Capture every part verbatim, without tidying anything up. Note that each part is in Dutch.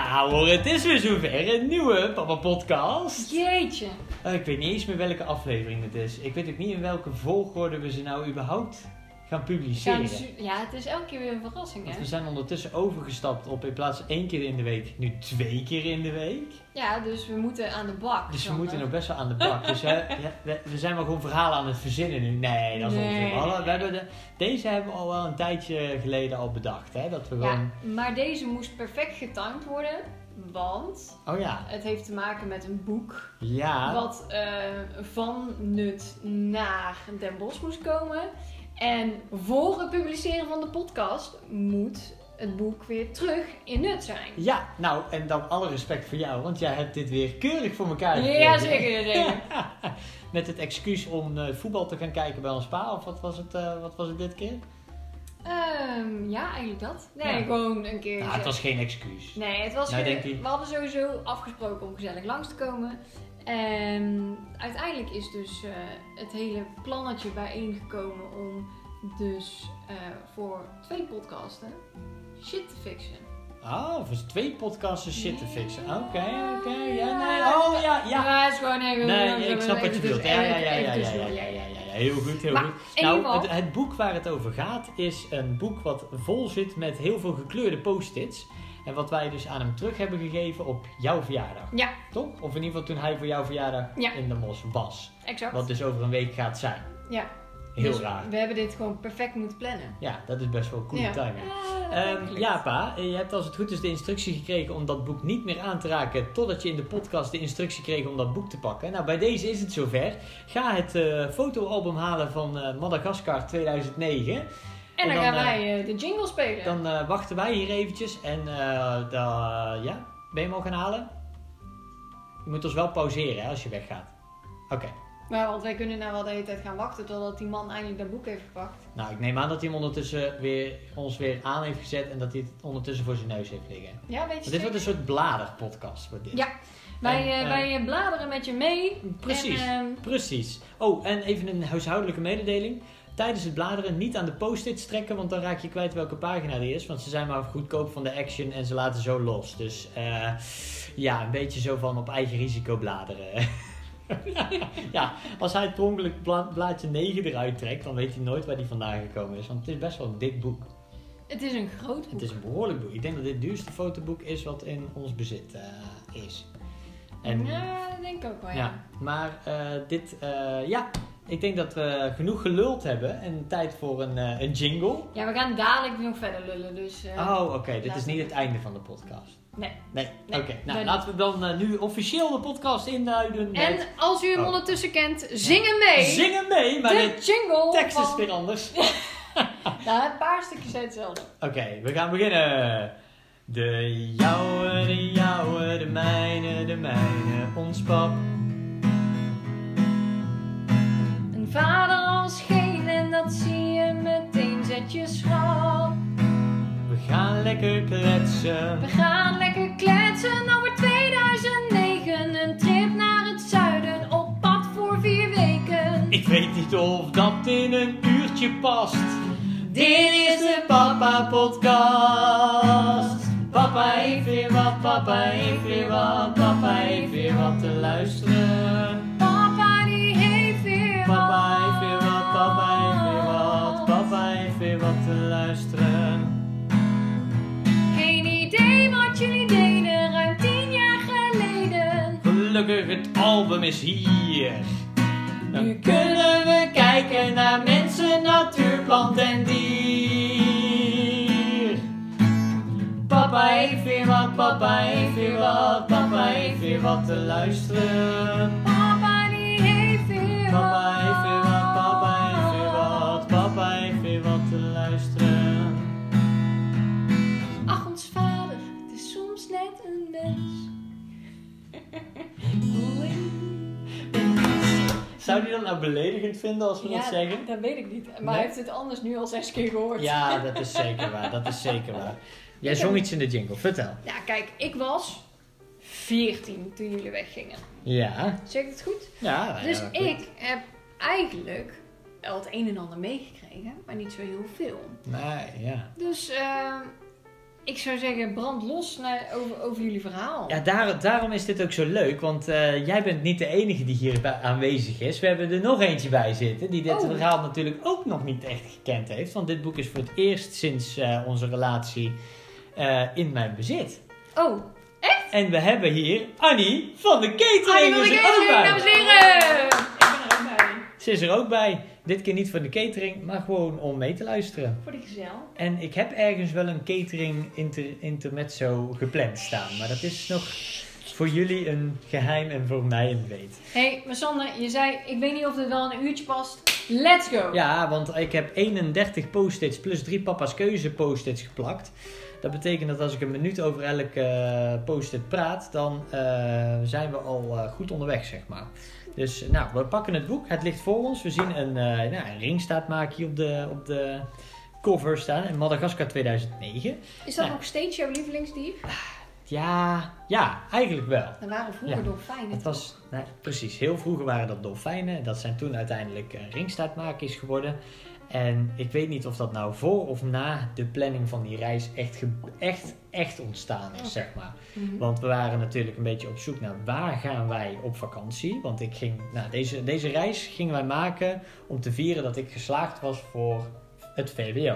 Ja hoor, het is weer zover. Een nieuwe Papa Podcast. Jeetje. Uh, ik weet niet eens meer welke aflevering het is. Ik weet ook niet in welke volgorde we ze nou überhaupt gaan publiceren. Ja, het is elke keer weer een verrassing, hè? Want we zijn ondertussen overgestapt op in plaats van één keer in de week, nu twee keer in de week. Ja, dus we moeten aan de bak. Dus we dan, moeten hè? nog best wel aan de bak. Dus hè, we, we zijn wel gewoon verhalen aan het verzinnen nu. Nee, dat is Nee. onzin. We hadden- we hebben de, deze hebben we al wel een tijdje geleden al bedacht. Hè? Dat we gewoon... Ja, maar deze moest perfect getimed worden, want Oh ja. het heeft te maken met een boek Ja. wat eh, van Nut naar Den Bosch moest komen. En voor het publiceren van de podcast moet het boek weer terug in Nut zijn. Ja, nou, en dan alle respect voor jou, want jij hebt dit weer keurig voor elkaar gekregen. Ja, zeker. zeker. Met het excuus om uh, voetbal te gaan kijken bij ons pa, of wat was het, uh, wat was het dit keer? Ehm, ja, eigenlijk dat. Nee, Ja. gewoon een keer. Nou, zo. het was geen excuus. Nee, het was Nou, ge- denk ik- we hadden sowieso afgesproken om gezellig langs te komen. En uiteindelijk is dus eh, het hele plannetje bijeengekomen om dus eh, voor twee podcasten shit te fixen. Oh, voor twee podcasts shit te fixen. Oké, Ja. oké, ja, nee, oh ja, ja. Ja, het is gewoon even... Nee, ik snap wat je even bedoelt. tussen- Ja, ja, ja, even ja, ja, tussendoor. ja, ja, ja, ja, ja, heel goed, heel Maar, goed. in Nou, ieder geval- het, het boek waar het over gaat is een boek wat vol zit met heel veel gekleurde post-its. En wat wij dus aan hem terug hebben gegeven op jouw verjaardag. Ja, Toch? Of in ieder geval toen hij voor jouw verjaardag Ja. in de mos was. exact. Wat dus over een week gaat zijn. Ja. Heel Dus raar. we hebben dit gewoon perfect moeten plannen. Ja, dat is best wel een coole Ja. timing. Ja, Ehm, dat ja, lukt. pa, je hebt als het goed is de instructie gekregen om dat boek niet meer aan te raken totdat je in de podcast de instructie kreeg om dat boek te pakken. Nou, bij deze is het zover. Ga het eh, fotoalbum halen van eh, Madagaskar tweeduizend negen. En dan, en dan, gaan eh, wij eh, de jingle spelen. Dan eh, wachten wij hier eventjes en eh, da- ja, ben je hem al gaan halen? Je moet ons wel pauzeren hè, als je weggaat. Oké. Maar want wij kunnen nou wel de hele tijd gaan wachten totdat die man eindelijk dat boek heeft gepakt. Nou, ik neem aan dat hij hem ondertussen weer, ons weer aan heeft gezet en dat hij het ondertussen voor zijn neus heeft liggen. Ja, weet je Want dit wordt een zeker? soort bladerpodcast. Wordt dit. Ja, wij, En, eh, eh, wij bladeren met je mee. Precies, En, ehm, precies. Oh, en even een huishoudelijke mededeling. Tijdens het bladeren niet aan de post-its trekken, want dan raak je kwijt welke pagina die is. Want ze zijn maar goedkoop van de Action en ze laten zo los. Dus eh, ja, een beetje zo van op eigen risico bladeren. Ja, als hij het per ongeluk bla- blaadje negen eruit trekt, dan weet hij nooit waar die vandaan gekomen is. Want het is best wel een dik boek. het is een groot boek. Het is een behoorlijk boek. Ik denk dat dit het duurste fotoboek is wat in ons bezit eh, is. En, Ja, dat denk ik ook wel, ja. ja, maar eh, dit, eh, ja, ik denk dat we genoeg geluld hebben en tijd voor een, eh, een jingle. Ja, we gaan dadelijk nog verder lullen, dus... eh, Oh, oké, dit is laten niet we- het einde van de podcast. Nee. Nee, Nee, oké. Nou, nee. laten we dan eh, nu officieel de podcast induiden met... En als u hem Oh. ondertussen kent, zing hem mee! Zingen mee, maar de de jingle tekst is van... weer anders. Nou, een paar stukjes zijn hetzelfde. Oké, we gaan beginnen. De jouwe, de jouwe, de mijne, de mijne, ons pap. Een vader als geen en dat zie je meteen, zet je schrap. We gaan lekker kletsen. We gaan lekker kletsen over tweeduizend negen. Een trip naar het zuiden op pad voor vier weken. Ik weet niet of dat in een uurtje past. Dit is de Papa Podcast. Papa heeft weer wat, papa heeft weer wat, papa heeft weer wat te luisteren. Papa die heeft weer Papa heeft weer wat, papa heeft weer wat, papa heeft weer wat te luisteren. Geen idee wat jullie deden ruim tien jaar geleden. Gelukkig het album is hier. Dan kunnen we kijken naar mensen, natuur, plant en dier. Papa heeft weer wat, papa heeft weer wat, papa heeft weer wat te luisteren. Papa die heeft weer Papa heeft weer wat, papa heeft weer wat, papa heeft weer wat te luisteren. Ach, ons vader, het is soms net een mens. Zou die dat nou beledigend vinden als we dat zeggen? dat weet ik niet. Maar Nee? hij heeft het anders nu al zes keer gehoord. Ja, dat is zeker waar, dat is zeker waar. Jij Ik zong heb- iets in de jingle, vertel. Ja, kijk, ik was veertien toen jullie weggingen. Ja, Zeg ik het goed? ja. Dus ja, goed. ik heb eigenlijk wel het een en ander meegekregen, maar niet zo heel veel. Nee, ja. Dus, eh, ik zou zeggen, brand los naar, over, over jullie verhaal. Ja, daar, daarom is dit ook zo leuk. Want uh, jij bent niet de enige die hier bij aanwezig is. We hebben er nog eentje bij zitten. Die dit Oh. verhaal natuurlijk ook nog niet echt gekend heeft. Want dit boek is voor het eerst sinds uh, onze relatie uh, in mijn bezit. Oh, echt? En we hebben hier Annie van de Catering. Annie van de is er ook Catering, bij. dames en heren! Ik ben er ook bij. Ze is er ook bij. Dit keer niet voor de catering, maar gewoon om mee te luisteren. Voor de gezel. En ik heb ergens wel een catering inter, intermezzo gepland staan. Maar dat is nog voor jullie een geheim en voor mij een weet. Hé, hey, maar Sander, je zei, ik weet niet of dit wel een uurtje past. Let's go! Ja, want ik heb eenendertig post-its plus drie papa's keuze post-its geplakt. Dat betekent dat als ik een minuut over elke uh, post-it praat, dan uh, zijn we al uh, goed onderweg, zeg maar. Dus nou, we pakken het boek. Het ligt voor ons. We zien een, uh, nou, een ringstaatmaakje op de, op de cover staan. In Madagascar tweeduizend negen. Is dat nou, nog steeds jouw lievelingsdier? Ja, ja, eigenlijk wel. Dat waren vroeger Ja. dolfijnen. Het was, nou, precies, heel vroeger waren dat dolfijnen. Dat zijn toen uiteindelijk uh, ringstaatmakers geworden. En ik weet niet of dat nou voor of na de planning van die reis echt, ge- echt, echt ontstaan is, Okay. zeg maar. Mm-hmm. Want we waren natuurlijk een beetje op zoek naar waar gaan wij op vakantie. Want ik ging, nou, deze, deze reis gingen wij maken om te vieren dat ik geslaagd was voor het V W O.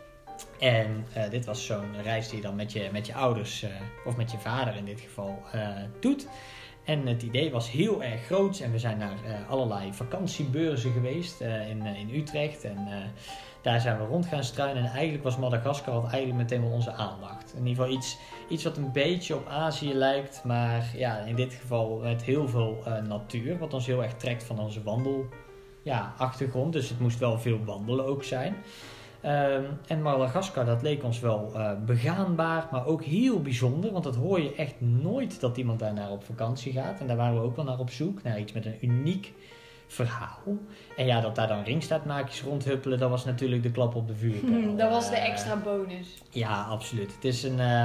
En uh, dit was zo'n reis die je dan met je, met je ouders, uh, of met je vader in dit geval, uh, doet. En het idee was heel erg groot. En we zijn naar uh, allerlei vakantiebeurzen geweest uh, in, uh, in Utrecht. En uh, daar zijn we rond gaan struinen. En eigenlijk was Madagaskar had eigenlijk meteen wel onze aandacht. In ieder geval iets, iets wat een beetje op Azië lijkt. Maar ja, in dit geval met heel veel uh, natuur. Wat ons heel erg trekt van onze wandel, ja, achtergrond. Dus het moest wel veel wandelen ook zijn. Um, en Madagaskar, dat leek ons wel uh, begaanbaar, maar ook heel bijzonder. Want dat hoor je echt nooit dat iemand daar naar op vakantie gaat. En daar waren we ook wel naar op zoek. Naar iets met een uniek verhaal. En ja, dat daar dan ringstaatmaakjes rondhuppelen, dat was natuurlijk de klap op de vuurpijl. Dat was de Uh, extra bonus. Ja, absoluut. Het is een... Uh,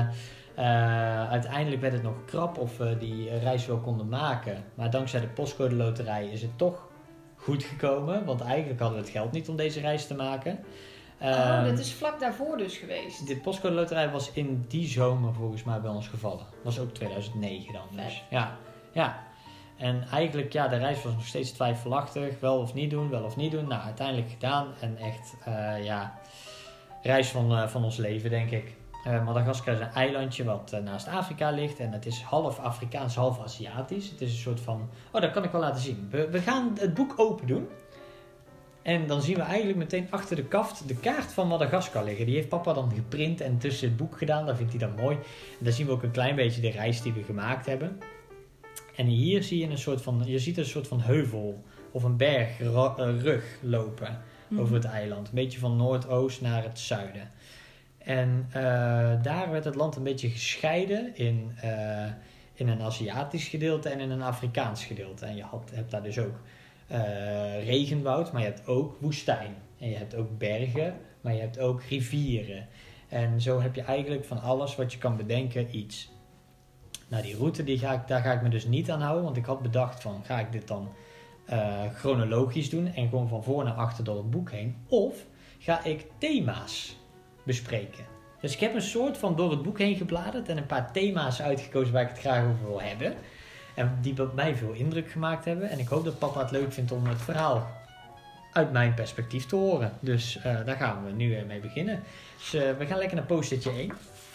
uh, uiteindelijk werd het nog krap of we die reis wel konden maken. Maar dankzij de postcode loterij is het toch goed gekomen. Want eigenlijk hadden we het geld niet om deze reis te maken. Oh, Um, dat is vlak daarvoor dus geweest. De postcode loterij was in die zomer volgens mij bij ons gevallen. Was ook tweeduizend negen dan. Dus. Vet. Ja, ja. En eigenlijk, ja, de reis was nog steeds twijfelachtig. Wel of niet doen, wel of niet doen. Nou, uiteindelijk gedaan. En echt, uh, ja, reis van, uh, van ons leven, denk ik. Uh, Madagaskar is een eilandje wat uh, naast Afrika ligt. En het is half Afrikaans, half Aziatisch. Het is een soort van... Oh, dat kan ik wel laten zien. We, we gaan het boek open doen. En dan zien we eigenlijk meteen achter de kaft de kaart van Madagaskar liggen. Die heeft papa dan geprint en tussen het boek gedaan. Dat vindt hij dan mooi. En dan zien we ook een klein beetje de reis die we gemaakt hebben. En hier zie je een soort van, je ziet een soort van heuvel of een bergrug lopen Mm-hmm. over het eiland. Een beetje van noordoost naar het zuiden. En uh, daar werd het land een beetje gescheiden in, uh, in een Aziatisch gedeelte en in een Afrikaans gedeelte. En je had, hebt daar dus ook uh, regenwoud, maar je hebt ook woestijn. En je hebt ook bergen, maar je hebt ook rivieren. En zo heb je eigenlijk van alles wat je kan bedenken iets. Nou, die route, die ga ik, daar ga ik me dus niet aan houden. Want ik had bedacht van, ga ik dit dan uh, chronologisch doen en gewoon van voor naar achter door het boek heen. Of ga ik thema's bespreken. Dus ik heb een soort van door het boek heen gebladerd en een paar thema's uitgekozen waar ik het graag over wil hebben. En die bij mij veel indruk gemaakt hebben. En ik hoop dat papa het leuk vindt om het verhaal uit mijn perspectief te horen. Dus uh, daar gaan we nu mee beginnen. Dus uh, we gaan lekker naar post-itje één.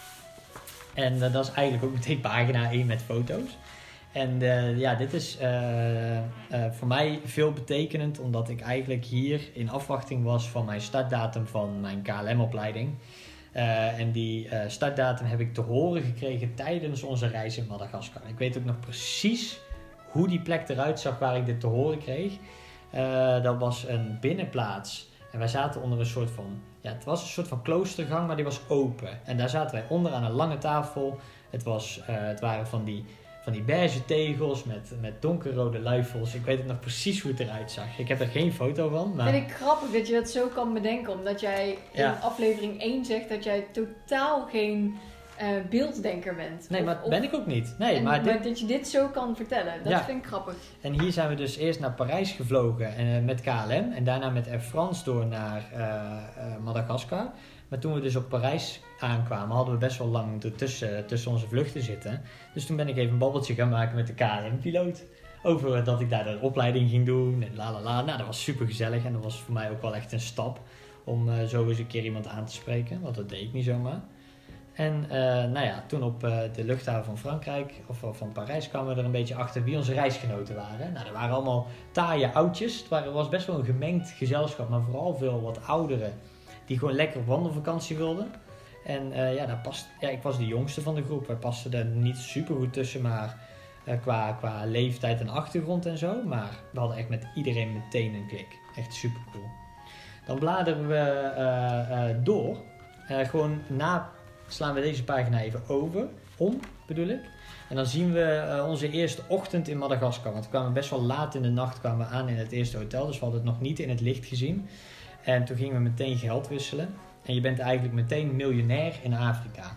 En uh, dat is eigenlijk ook meteen pagina één met foto's. En uh, ja, dit is uh, uh, voor mij veel betekenend, omdat ik eigenlijk hier in afwachting was van mijn startdatum van mijn K L M-opleiding. Uh, en die uh, startdatum heb ik te horen gekregen tijdens onze reis in Madagaskar. Ik weet ook nog precies hoe die plek eruit zag waar ik dit te horen kreeg. Uh, dat was een binnenplaats. En wij zaten onder een soort van... Ja, het was een soort van kloostergang, maar die was open. En daar zaten wij onder aan een lange tafel. Het, was, uh, het waren van die, van die beige tegels met, met donkerrode luifels. Ik weet het nog precies hoe het eruit zag. Ik heb er geen foto van, maar... Vind ik grappig dat je dat zo kan bedenken. Omdat jij Ja. in aflevering één zegt dat jij totaal geen uh, beelddenker bent. Nee, of, maar of, ben ik ook niet. Nee, en, maar, dit... maar dat je dit zo kan vertellen, dat ja. vind ik grappig. En hier zijn we dus eerst naar Parijs gevlogen en, uh, met K L M. En daarna met Air France door naar uh, uh, Madagaskar. Maar toen we dus op Parijs aankwamen, hadden we best wel lang ertussen, tussen onze vluchten zitten. Dus toen ben ik even een babbeltje gaan maken met de K L M-piloot. Over dat ik daar de opleiding ging doen en la la la. Nou, dat was super gezellig en dat was voor mij ook wel echt een stap om uh, zo eens een keer iemand aan te spreken. Want dat deed ik niet zomaar. En uh, nou ja, toen op uh, de luchthaven van Frankrijk, of van Parijs, kwamen we er een beetje achter wie onze reisgenoten waren. Nou, dat waren allemaal taaie oudjes. Het waren, was best wel een gemengd gezelschap, maar vooral veel wat ouderen die gewoon lekker op wandelvakantie wilden. En uh, ja, daar past, ja, ik was de jongste van de groep. Wij pasten er niet super goed tussen, maar uh, qua, qua leeftijd en achtergrond en zo. Maar we hadden echt met iedereen meteen een klik. Echt super cool. Dan bladeren we uh, uh, door. Uh, gewoon na slaan we deze pagina even over. Om, bedoel ik. En dan zien we uh, onze eerste ochtend in Madagaskar. Want we kwamen best wel laat in de nacht kwamen we aan in het eerste hotel. Dus we hadden het nog niet in het licht gezien. En toen gingen we meteen geld wisselen. En je bent eigenlijk meteen miljonair in Afrika.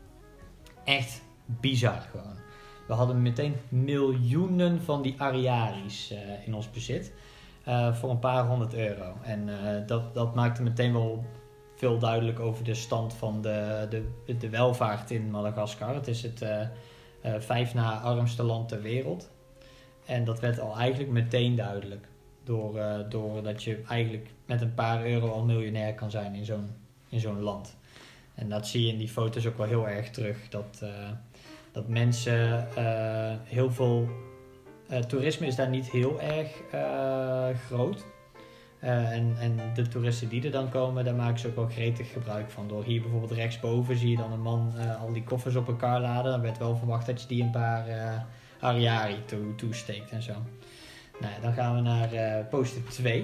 Echt bizar gewoon. We hadden meteen miljoenen van die Ariaris uh, in ons bezit. Uh, voor een paar honderd euro. En uh, dat, dat maakte meteen wel veel duidelijk over de stand van de, de, de welvaart in Madagaskar. Het is het uh, uh, vijf na armste land ter wereld. En dat werd al eigenlijk meteen duidelijk. Door, uh, doordat je eigenlijk met een paar euro al miljonair kan zijn in zo'n, in zo'n land. En dat zie je in die foto's ook wel heel erg terug. Dat, uh, dat mensen uh, heel veel... Uh, toerisme is daar niet heel erg uh, groot. Uh, en, en de toeristen die er dan komen, daar maken ze ook wel gretig gebruik van. Door hier bijvoorbeeld rechtsboven zie je dan een man uh, al die koffers op elkaar laden. Dan werd wel verwacht dat je die een paar uh, Ariari toe, toesteekt en zo. Nou ja, dan gaan we naar uh, post-it twee.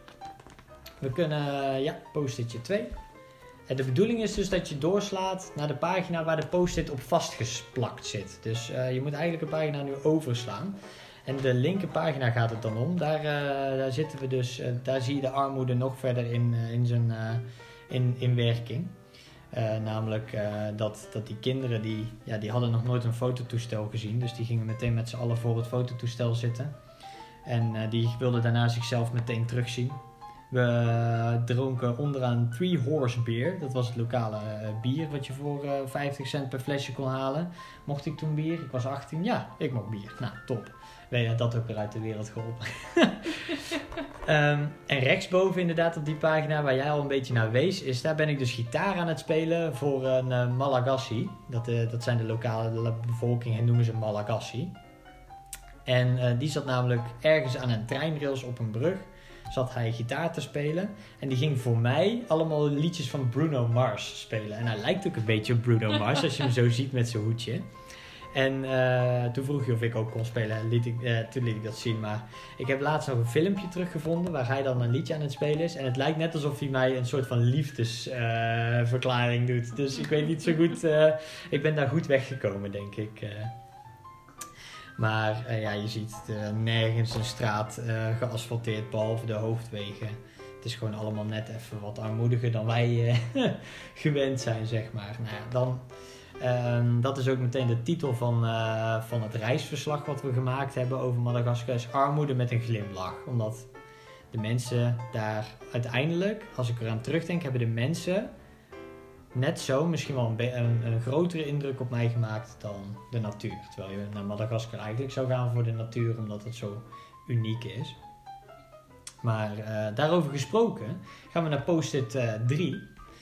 We kunnen, uh, ja, post-itje twee. En de bedoeling is dus dat je doorslaat naar de pagina waar de post-it op vastgesplakt zit. Dus uh, je moet eigenlijk een pagina nu overslaan. En de linker pagina gaat het dan om. Daar, uh, daar zitten we dus, uh, daar zie je de armoede nog verder in, uh, in, zijn, uh, in, in werking. Uh, namelijk uh, dat, dat die kinderen, die, ja, die hadden nog nooit een fototoestel gezien. Dus die gingen meteen met z'n allen voor het fototoestel zitten. En uh, die wilden daarna zichzelf meteen terugzien. We uh, dronken onderaan Three Horse Beer. Dat was het lokale uh, bier wat je voor uh, vijftig cent per flesje kon halen. Mocht ik toen bier? Ik was achttien. Ja, ik mocht bier. Nou, top. Weet je, dat ook weer uit de wereld geholpen. um, en rechtsboven inderdaad op die pagina waar jij al een beetje naar wees, is daar ben ik dus gitaar aan het spelen voor een uh, Malagasy. Dat, uh, dat zijn de lokale bevolking en noemen ze Malagasy. En uh, die zat namelijk ergens aan een treinrails op een brug. Zat hij gitaar te spelen. En die ging voor mij allemaal liedjes van Bruno Mars spelen. En hij lijkt ook een beetje op Bruno Mars als je hem zo ziet met zijn hoedje. En uh, toen vroeg je of ik ook kon spelen. Liet ik, uh, toen liet ik dat zien. Maar ik heb laatst nog een filmpje teruggevonden waar hij dan een liedje aan het spelen is. En het lijkt net alsof hij mij een soort van liefdesverklaring uh, doet. Dus ik weet niet zo goed. Uh, ik ben daar goed weggekomen, denk ik. Uh. Maar uh, ja, je ziet uh, nergens een straat uh, geasfalteerd, behalve de hoofdwegen. Het is gewoon allemaal net even wat armoediger dan wij uh, gewend zijn, zeg maar. Nou ja, dan, um, dat is ook meteen de titel van, uh, van het reisverslag wat we gemaakt hebben over Madagaskar. Is armoede met een glimlach. Omdat de mensen daar uiteindelijk, als ik eraan terugdenk, hebben de mensen net zo misschien wel een, be- een, een grotere indruk op mij gemaakt dan de natuur. Terwijl je naar Madagaskar eigenlijk zou gaan voor de natuur, omdat het zo uniek is. Maar uh, daarover gesproken gaan we naar post-it uh, drie.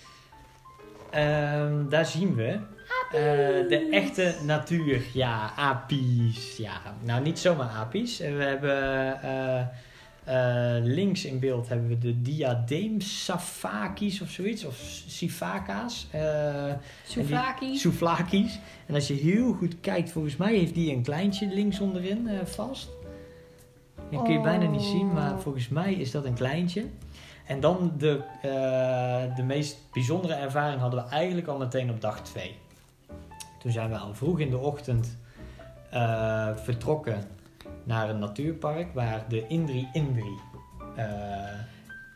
Um, daar zien we uh, de echte natuur. Ja, apies. Ja, nou niet zomaar apies. We hebben... Uh, Uh, links in beeld hebben we de diadeemsafakis of zoiets, of sifaka's. Uh, Souvlakis. Souvlakis. En als je heel goed kijkt, volgens mij heeft die een kleintje links onderin uh, vast. Dat kun je oh. bijna niet zien, maar volgens mij is dat een kleintje. En dan de, uh, de meest bijzondere ervaring hadden we eigenlijk al meteen op dag twee. Toen zijn we al vroeg in de ochtend uh, vertrokken naar een natuurpark waar de Indri Indri uh,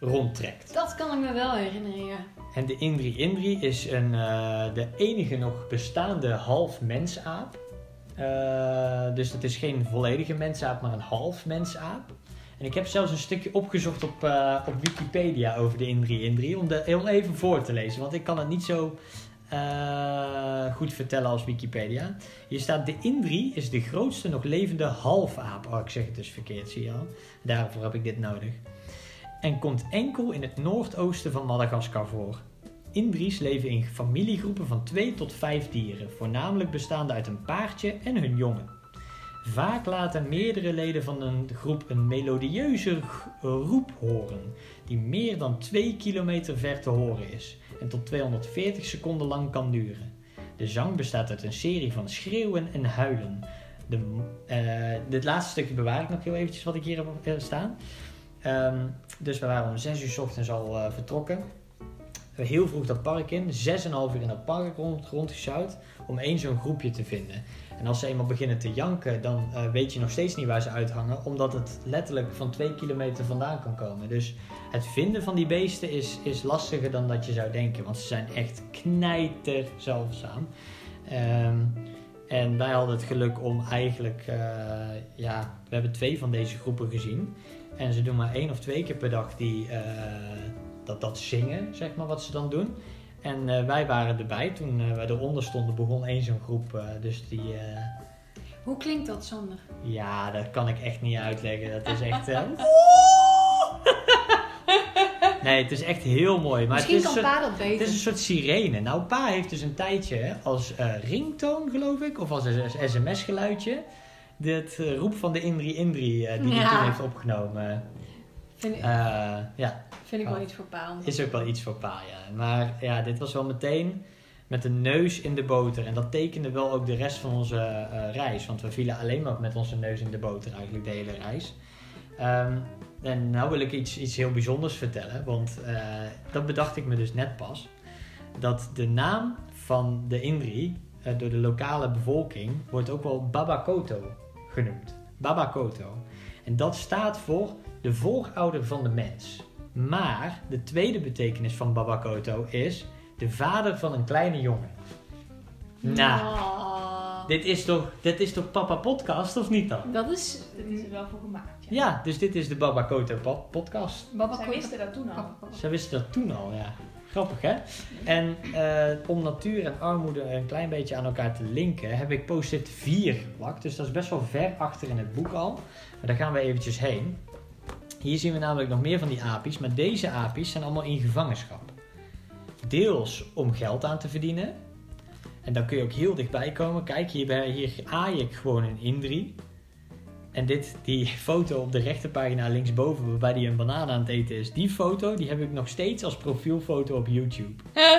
rondtrekt. Dat kan ik me wel herinneren, ja. En de Indri Indri is een, uh, de enige nog bestaande half mensaap. Uh, dus dat is geen volledige mensaap, maar een half mensaap. En ik heb zelfs een stukje opgezocht op, uh, op Wikipedia over de Indri Indri. Om, de, om even voor te lezen, want ik kan het niet zo uh, goed vertellen als Wikipedia. Hier staat: de Indri is de grootste nog levende halfaap. Oh, ik zeg het dus verkeerd, zie je al. Daarvoor heb ik dit nodig. En komt enkel in het noordoosten van Madagaskar voor. Indri's leven in familiegroepen van twee tot vijf dieren, voornamelijk bestaande uit een paartje en hun jongen. Vaak laten meerdere leden van een groep een melodieuze roep horen, die meer dan twee kilometer ver te horen is en tot tweehonderdveertig seconden lang kan duren. De zang bestaat uit een serie van schreeuwen en huilen. De, uh, dit laatste stukje bewaar ik nog heel eventjes wat ik hier heb staan. Um, dus we waren om zes uur 's ochtends al uh, vertrokken. We hebben heel vroeg dat park in, zes en een half uur in dat park rond, rondgesjouwd om één zo'n groepje te vinden. En als ze eenmaal beginnen te janken, dan uh, weet je nog steeds niet waar ze uithangen, omdat het letterlijk van twee kilometer vandaan kan komen. Dus het vinden van die beesten is, is lastiger dan dat je zou denken, want ze zijn echt knijter zeldzaam. Um, en wij hadden het geluk om eigenlijk, uh, ja, we hebben twee van deze groepen gezien. En ze doen maar één of twee keer per dag die, uh, dat, dat zingen, zeg maar, wat ze dan doen. En uh, wij waren erbij. Toen uh, wij eronder stonden, begon één zo'n groep. Uh, dus die... Uh... Hoe klinkt dat, Sander? Ja, dat kan ik echt niet uitleggen. Dat is echt... Uh... nee, het is echt heel mooi. Maar Misschien het is kan soort, Pa dat beter. Het is een soort sirene. Nou, Pa heeft dus een tijdje hè, als uh, ringtoon, geloof ik, of als S M S-geluidje, dit uh, roep van de Indri Indri uh, die hij ja. toen heeft opgenomen. Vind ik, uh, ja. vind ik wel oh. iets voor Pa. Is ook wel iets voor Pa, ja. Maar ja, dit was wel meteen met de neus in de boter. En dat tekende wel ook de rest van onze uh, reis. Want we vielen alleen maar met onze neus in de boter eigenlijk de hele reis. Um, en nou wil ik iets, iets heel bijzonders vertellen. Want uh, dat bedacht ik me dus net pas. Dat de naam van de Indri uh, door de lokale bevolking wordt ook wel Babakoto genoemd. Babakoto. En dat staat voor de voorouder van de mens. Maar de tweede betekenis van Babakoto is de vader van een kleine jongen. Nou, oh. dit is toch, dit is toch Papa Podcast of niet dan? Dat is... Dat is er wel voor gemaakt, ja. Ja, dus dit is de Babakoto po- podcast. Baba Zij wisten dat toen al. Ze wisten dat toen al, ja. Grappig, hè? En uh, om natuur en armoede een klein beetje aan elkaar te linken, heb ik post-it vier geplakt. Dus dat is best wel ver achter in het boek al. Maar daar gaan we eventjes heen. Hier zien we namelijk nog meer van die apies. Maar deze apies zijn allemaal in gevangenschap. Deels om geld aan te verdienen. En dan kun je ook heel dichtbij komen. Kijk, hier, hier aai ik gewoon een Indri. En dit, die foto op de rechterpagina linksboven, waarbij die een banaan aan het eten is. Die foto, die heb ik nog steeds als profielfoto op YouTube.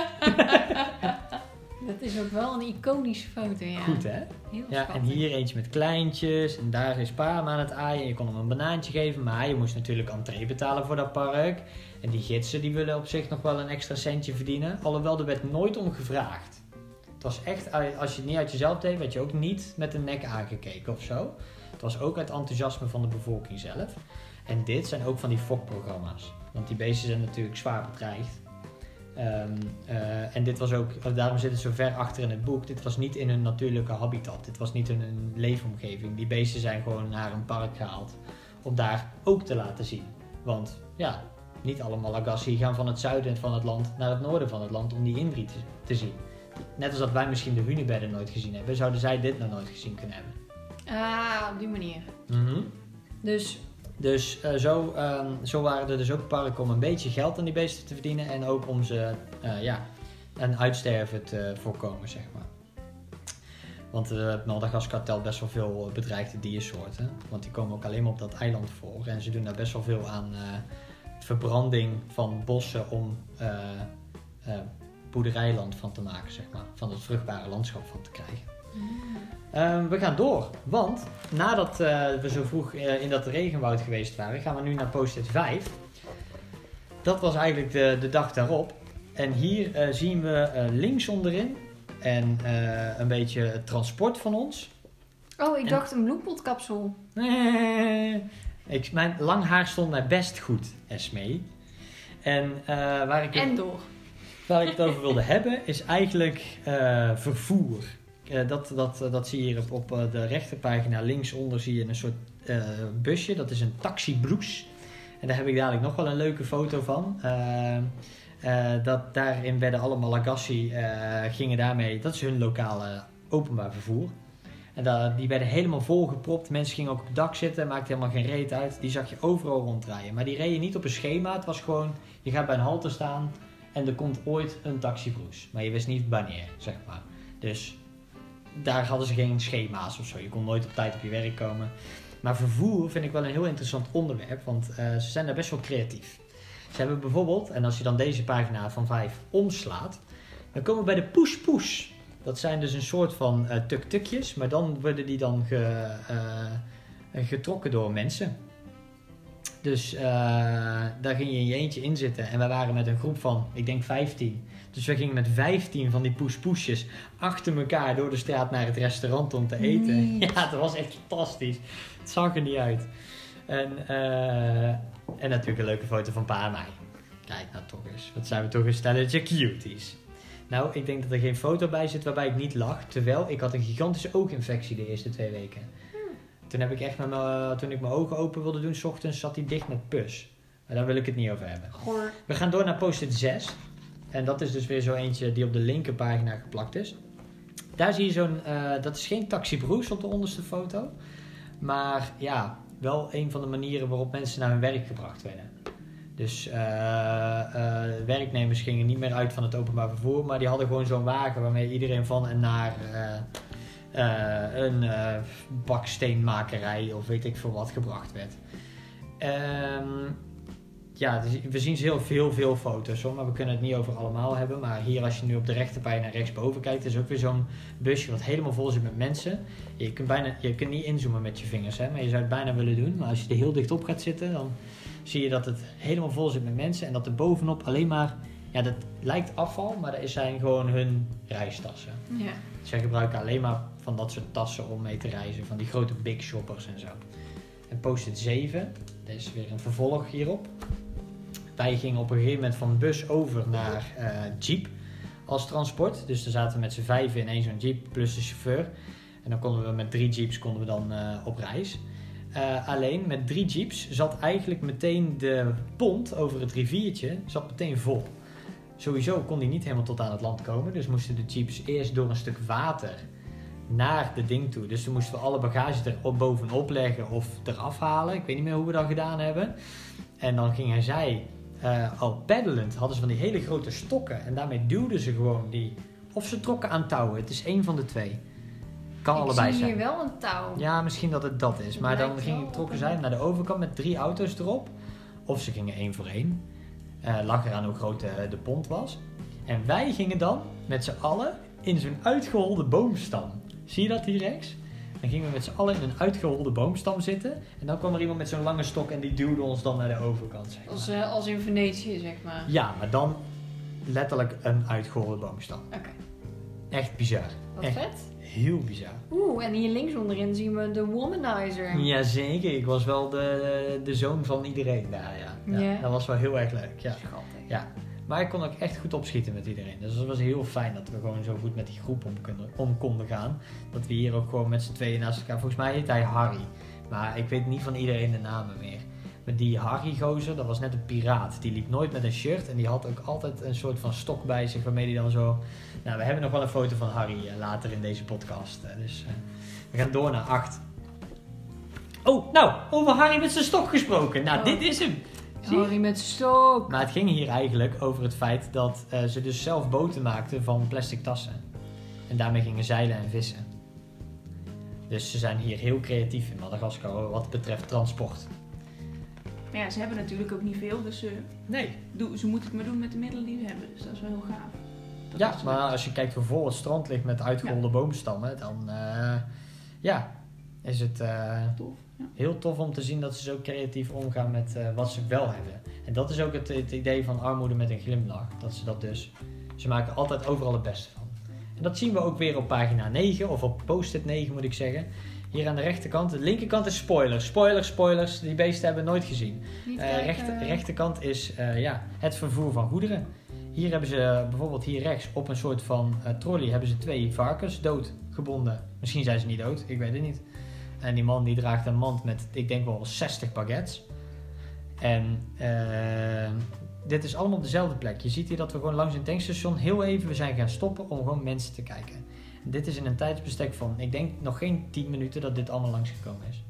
Dat is ook wel een iconische foto, ja. Goed, hè? Heel Ja, schattig. en hier eentje met kleintjes. En daar is Pa hem aan het aaien. Je kon hem een banaantje geven. Maar je moest natuurlijk entree betalen voor dat park. En die gidsen die willen op zich nog wel een extra centje verdienen. Alhoewel, er werd nooit om gevraagd. Het was echt, als je het niet uit jezelf deed, werd je ook niet met een nek aangekeken of zo. Het was ook uit enthousiasme van de bevolking zelf. En dit zijn ook van die fokprogramma's. Want die beesten zijn natuurlijk zwaar bedreigd. Um, uh, en dit was ook, daarom zit het zo ver achter in het boek. Dit was niet in hun natuurlijke habitat. Dit was niet in een leefomgeving. Die beesten zijn gewoon naar een park gehaald. Om daar ook te laten zien. Want ja, niet alle Malagasy gaan van het zuiden van het land naar het noorden van het land om die Indri te, te zien. Net als dat wij misschien de hunebedden nooit gezien hebben, zouden zij dit nog nooit gezien kunnen hebben. Ah, op die manier. Mm-hmm. Dus... Dus uh, zo, um, zo waren er dus ook parken om een beetje geld aan die beesten te verdienen. En ook om ze uh, ja, een uitsterven te voorkomen, zeg maar. Want uh, Madagaskar telt best wel veel bedreigde diersoorten. Want die komen ook alleen maar op dat eiland voor. En ze doen daar best wel veel aan uh, verbranding van bossen om uh, uh, boerderijland van te maken, zeg maar. Van het vruchtbare landschap van te krijgen. Um, we gaan door, want nadat uh, we zo vroeg uh, in dat regenwoud geweest waren, gaan we nu naar post-it vijf. Dat was eigenlijk de, de dag daarop. En hier uh, zien we uh, links onderin en uh, een beetje het transport van ons. Oh, ik en... dacht een bloempotkapsel. Nee, ik, mijn lang haar stond mij best goed, Esmee. En uh, waar, ik En het, door. waar ik het over wilde hebben is eigenlijk uh, vervoer. Uh, dat, dat, dat zie je hier op, op de rechterpagina linksonder zie je een soort uh, busje. Dat is een taxibroes. En daar heb ik dadelijk nog wel een leuke foto van. Uh, uh, dat, daarin werden alle Malagasy uh, gingen daarmee. Dat is hun lokale openbaar vervoer. En dat, die werden helemaal volgepropt. Mensen gingen ook op het dak zitten. Maakte helemaal geen reet uit. Die zag je overal ronddraaien. Maar die reden niet op een schema. Het was gewoon, je gaat bij een halte staan. En er komt ooit een taxibroes. Maar je wist niet wanneer, zeg maar. Dus daar hadden ze geen schema's of zo. Je kon nooit op tijd op je werk komen. Maar vervoer vind ik wel een heel interessant onderwerp. Want uh, ze zijn daar best wel creatief. Ze hebben bijvoorbeeld, en als je dan deze pagina van vijf omslaat. Dan komen we bij de push-push. Dat zijn dus een soort van uh, tuk-tukjes. Maar dan worden die dan ge, uh, getrokken door mensen. Dus uh, daar ging je in je eentje in zitten. En wij waren met een groep van, ik denk vijftien. Dus we gingen met vijftien van die push-pushjes achter elkaar door de straat naar het restaurant om te eten. Nee. Ja, dat was echt fantastisch. Het zag er niet uit. En, uh, en natuurlijk een leuke foto van pa en mij. Kijk nou toch eens. Wat zijn we toch een stelletje cuties. Nou, ik denk dat er geen foto bij zit waarbij ik niet lag. Terwijl ik had een gigantische ooginfectie de eerste twee weken. Toen heb ik echt met mijn, toen ik mijn ogen open wilde doen, 's ochtends zat hij dicht met pus. Maar daar wil ik het niet over hebben. Goor. We gaan door naar post-it zes. En dat is dus weer zo eentje die op de linkerpagina geplakt is. Daar zie je zo'n, uh, dat is geen taxibroes op de onderste foto. Maar ja, wel een van de manieren waarop mensen naar hun werk gebracht werden. Dus uh, uh, werknemers gingen niet meer uit van het openbaar vervoer. Maar die hadden gewoon zo'n wagen waarmee iedereen van en naar uh, uh, een uh, baksteenmakerij of weet ik veel wat gebracht werd. Um, ja, dus we zien heel veel, veel foto's hoor, maar we kunnen het niet over allemaal hebben. Maar hier als je nu op de rechterpagina rechtsboven kijkt, is ook weer zo'n busje wat helemaal vol zit met mensen. Je kunt, bijna, je kunt niet inzoomen met je vingers, hè, maar je zou het bijna willen doen. Maar als je er heel dicht op gaat zitten, dan zie je dat het helemaal vol zit met mensen. En dat er bovenop alleen maar, ja dat lijkt afval, maar dat zijn gewoon hun reistassen. Ja. Zij gebruiken alleen maar van dat soort tassen om mee te reizen, van die grote big shoppers en zo. En post-it zeven, dat is weer een vervolg hierop. Wij gingen op een gegeven moment van bus over naar uh, jeep als transport. Dus dan zaten we met z'n vijven in één zo'n jeep plus de chauffeur. En dan konden we met drie jeeps konden we dan uh, op reis. Uh, alleen met drie jeeps zat eigenlijk meteen de pont over het riviertje zat meteen vol. Sowieso kon die niet helemaal tot aan het land komen. Dus moesten de jeeps eerst door een stuk water naar de ding toe. Dus toen moesten we alle bagage er op bovenop leggen of eraf halen. Ik weet niet meer hoe we dat gedaan hebben. En dan gingen zij uh, al peddelend, hadden ze van die hele grote stokken. En daarmee duwden ze gewoon die, of ze trokken aan touwen. Het is één van de twee. Kan ik allebei zie zijn. hier wel een touw. Ja, misschien dat het dat is. Het maar dan lijkt ging, wel trokken op zij een- naar de overkant met drie auto's erop. Of ze gingen één voor één. Uh, lag eraan hoe groot de, de pont was. En wij gingen dan met z'n allen in zo'n uitgeholde boomstam. Zie je dat hier rechts? Dan gingen we met z'n allen in een uitgeholde boomstam zitten. En dan kwam er iemand met zo'n lange stok en die duwde ons dan naar de overkant. Zeg maar. Als, uh, als in Venetië, zeg maar. Ja, maar dan letterlijk een uitgeholde boomstam. Oké. Okay. Echt bizar. Wat Echt vet. heel bizar. Oeh, en hier links onderin zien we de womanizer. Jazeker, ik was wel de, de zoon van iedereen daar, ja. ja. Ja. Dat was wel heel erg leuk, ja. Schattig. ja. Maar ik kon ook echt goed opschieten met iedereen. Dus het was heel fijn dat we gewoon zo goed met die groep om, kunnen, om konden gaan. Dat we hier ook gewoon met z'n tweeën naast elkaar... Volgens mij heet hij Harry. Maar ik weet niet van iedereen de namen meer. Maar die Harry-gozer, dat was net een piraat. Die liep nooit met een shirt en die had ook altijd een soort van stok bij zich waarmee hij dan zo... Nou, we hebben nog wel een foto van Harry uh, later in deze podcast. Uh, dus uh, we gaan door naar acht. Oh, nou, over Harry met zijn stok gesproken. Nou, Oh. dit is hem. Zie je? Harry met stok. Maar het ging hier eigenlijk over het feit dat uh, ze dus zelf boten maakten van plastic tassen. En daarmee gingen zeilen en vissen. Dus ze zijn hier heel creatief in Madagaskar wat betreft transport. Maar ja, ze hebben natuurlijk ook niet veel, dus ze, Nee. doen, ze moeten het maar doen met de middelen die ze hebben. Dus dat is wel heel gaaf. Dat Ja, is maar leuk. als je kijkt hoe vol het strand ligt met uitgeholde ja. boomstammen, dan uh, ja, is het uh, Tof. Ja. heel tof om te zien dat ze zo creatief omgaan met uh, wat ze wel hebben. En dat is ook het, het idee van armoede met een glimlach. Dat ze dat dus, ze maken altijd overal het beste van. En dat zien we ook weer op pagina negen, of op post-it negen moet ik zeggen. Hier aan de rechterkant. De linkerkant is spoilers. Spoilers, spoilers. Die beesten hebben we nooit gezien. Niet Uh, kijken. rechter, rechterkant is uh, ja, het vervoer van goederen. Hier hebben ze uh, bijvoorbeeld hier rechts op een soort van uh, trolley hebben ze twee varkens doodgebonden. Misschien zijn ze niet dood, ik weet het niet. En die man die draagt een mand met, ik denk wel zestig baguettes. En uh, dit is allemaal op dezelfde plek. Je ziet hier dat we gewoon langs een tankstation heel even we zijn gaan stoppen om gewoon mensen te kijken. En dit is in een tijdsbestek van, ik denk nog geen tien minuten dat dit allemaal langsgekomen is.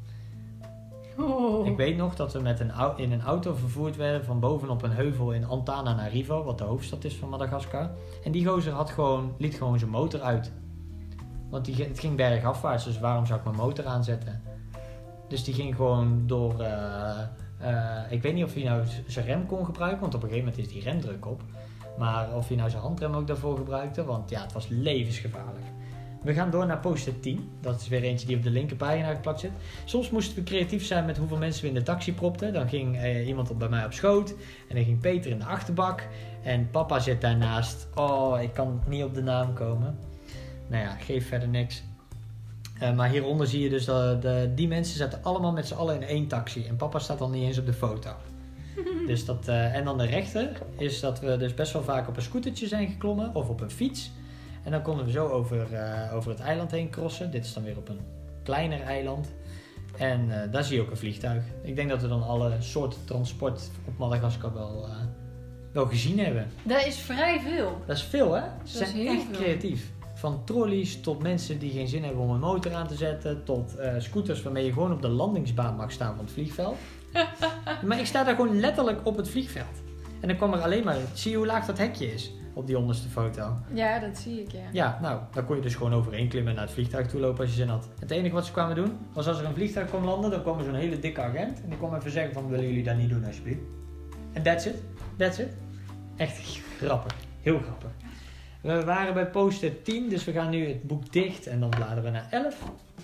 Oh. Ik weet nog dat we met een, in een auto vervoerd werden van bovenop een heuvel in Antananarivo, wat de hoofdstad is van Madagaskar. En die gozer had gewoon, liet gewoon zijn motor uit. Want die, het ging bergafwaarts, dus waarom zou ik mijn motor aanzetten? Dus die ging gewoon door... Uh, uh, ik weet niet of hij nou zijn rem kon gebruiken, want op een gegeven moment is die remdruk op. Maar of hij nou zijn handrem ook daarvoor gebruikte, want ja, het was levensgevaarlijk. We gaan door naar poster tien. Dat is weer eentje die op de linkerpagina geplakt zit. Soms moesten we creatief zijn met hoeveel mensen we in de taxi propten. Dan ging uh, iemand op bij mij op schoot. En dan ging Peter in de achterbak. En papa zit daarnaast. Oh, ik kan niet op de naam komen. Nou ja, geeft verder niks. Uh, maar hieronder zie je dus dat de, die mensen zaten allemaal met z'n allen in één taxi. En papa staat dan niet eens op de foto. Dus dat, uh, en dan de rechter is dat we dus best wel vaak op een scootertje zijn geklommen. Of op een fiets. En dan konden we zo over, uh, over het eiland heen crossen. Dit is dan weer op een kleiner eiland. En uh, daar zie je ook een vliegtuig. Ik denk dat we dan alle soorten transport op Madagaskar wel, uh, wel gezien hebben. Dat is vrij veel. Dat is veel, hè? Ze Dat zijn is heel echt veel. creatief. Van trolleys tot mensen die geen zin hebben om een motor aan te zetten. Tot uh, scooters waarmee je gewoon op de landingsbaan mag staan van het vliegveld. Maar ik sta daar gewoon letterlijk op het vliegveld. En dan kwam er alleen maar... Zie je hoe laag dat hekje is? Op die onderste foto. Ja, dat zie ik, ja. Ja, nou, dan kon je dus gewoon overheen klimmen en naar het vliegtuig toe lopen als je zin had. Het enige wat ze kwamen doen, was als er een vliegtuig kwam landen, dan kwam er zo'n hele dikke agent. En die kwam even zeggen van, willen jullie dat niet doen alsjeblieft? En that's it. That's it. Echt grappig. Heel grappig. We waren bij poster tien, dus we gaan nu het boek dicht en dan bladeren we naar elf.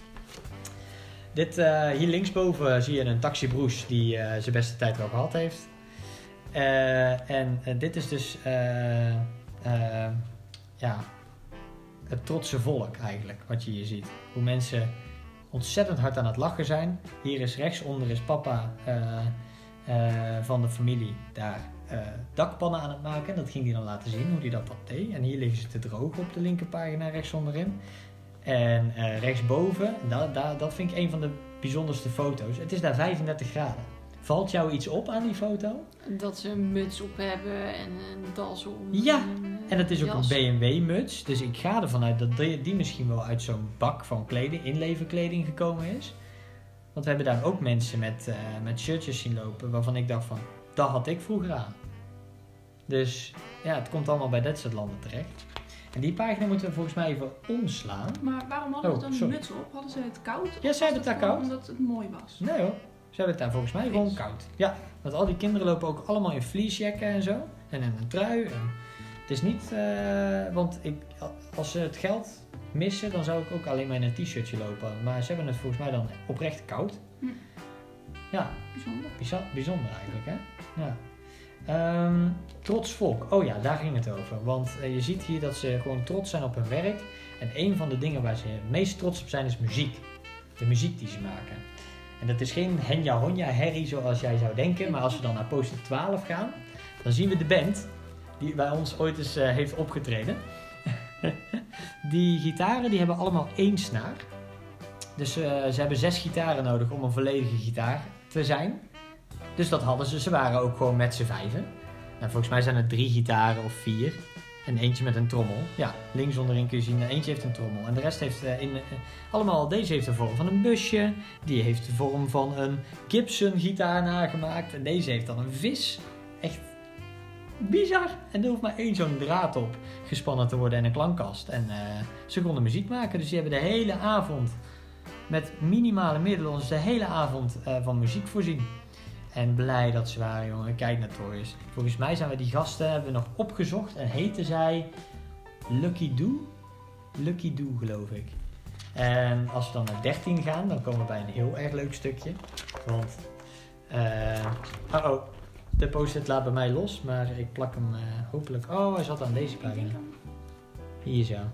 Dit, uh, hier linksboven zie je een taxibroes die uh, zijn beste tijd wel gehad heeft. Uh, en uh, dit is dus... Uh, Uh, ja, het trotse volk eigenlijk, wat je hier ziet. Hoe mensen ontzettend hard aan het lachen zijn. Hier is rechtsonder is papa uh, uh, van de familie daar uh, dakpannen aan het maken. Dat ging hij dan laten zien, hoe hij dat, dat deed. En hier liggen ze te drogen op de linkerpagina rechtsonderin. En uh, rechtsboven, dat, dat, dat vind ik een van de bijzonderste foto's. Het is daar vijfendertig graden. Valt jou iets op aan die foto? Dat ze een muts op hebben en een das om. Ja, en, en dat is ook jas. een B M W-muts. Dus ik ga ervan uit dat die, die misschien wel uit zo'n bak van kleding, inleverkleding gekomen is. Want we hebben daar ook mensen met, uh, met shirtjes zien lopen waarvan ik dacht van, dat had ik vroeger aan. Dus ja, het komt allemaal bij dat soort landen terecht. En die pagina moeten we volgens mij even omslaan. Maar waarom hadden ze Oh, dan een sorry. muts op? Hadden ze het koud? Of Ja, ze hebben was het daar gewoon koud. Omdat het mooi was. Nee hoor, ze hebben het daar volgens mij gewoon Fris. koud. Ja, want al die kinderen lopen ook allemaal in fleecejacken en zo. En in een trui. En het is niet, uh, want ik, als ze het geld missen, dan zou ik ook alleen maar in een t-shirtje lopen. Maar ze hebben het volgens mij dan oprecht koud. Hm. Ja, Bijzonder. bizar, bijzonder eigenlijk, hè? Ja. Um, trots volk. Oh ja, daar ging het over. Want uh, je ziet hier dat ze gewoon trots zijn op hun werk. En een van de dingen waar ze het meest trots op zijn is muziek. De muziek die ze maken. En dat is geen henja honja herrie zoals jij zou denken. Maar als we dan naar poster twaalf gaan, dan zien we de band die bij ons ooit eens uh, heeft opgetreden. Die gitaren die hebben allemaal één snaar. Dus uh, ze hebben zes gitaren nodig om een volledige gitaar te zijn. Dus dat hadden ze. Ze waren ook gewoon met z'n vijven. Nou, volgens mij zijn er drie gitaren of vier. En eentje met een trommel. Ja, links onderin kun je zien, eentje heeft een trommel. En de rest heeft uh, in, uh, allemaal, deze heeft de vorm van een busje. Die heeft de vorm van een Gibson gitaar nagemaakt. En deze heeft dan een vis. Echt bizar. En er hoeft maar één zo'n draad op gespannen te worden en een klankkast. En uh, ze konden muziek maken. Dus die hebben de hele avond met minimale middelen ons de hele avond uh, van muziek voorzien. En blij dat ze waren, jongen. Kijk naar Toys. Volgens mij zijn we die gasten hebben we nog opgezocht. En heten zij Lucky Do? Lucky Do, geloof ik. En als we dan naar dertien gaan, dan komen we bij een heel erg leuk stukje. Want, uh, oh oh, de post-it laat bij mij los. Maar ik plak hem uh, hopelijk... Oh, hij zat aan deze pagina. Hier zo.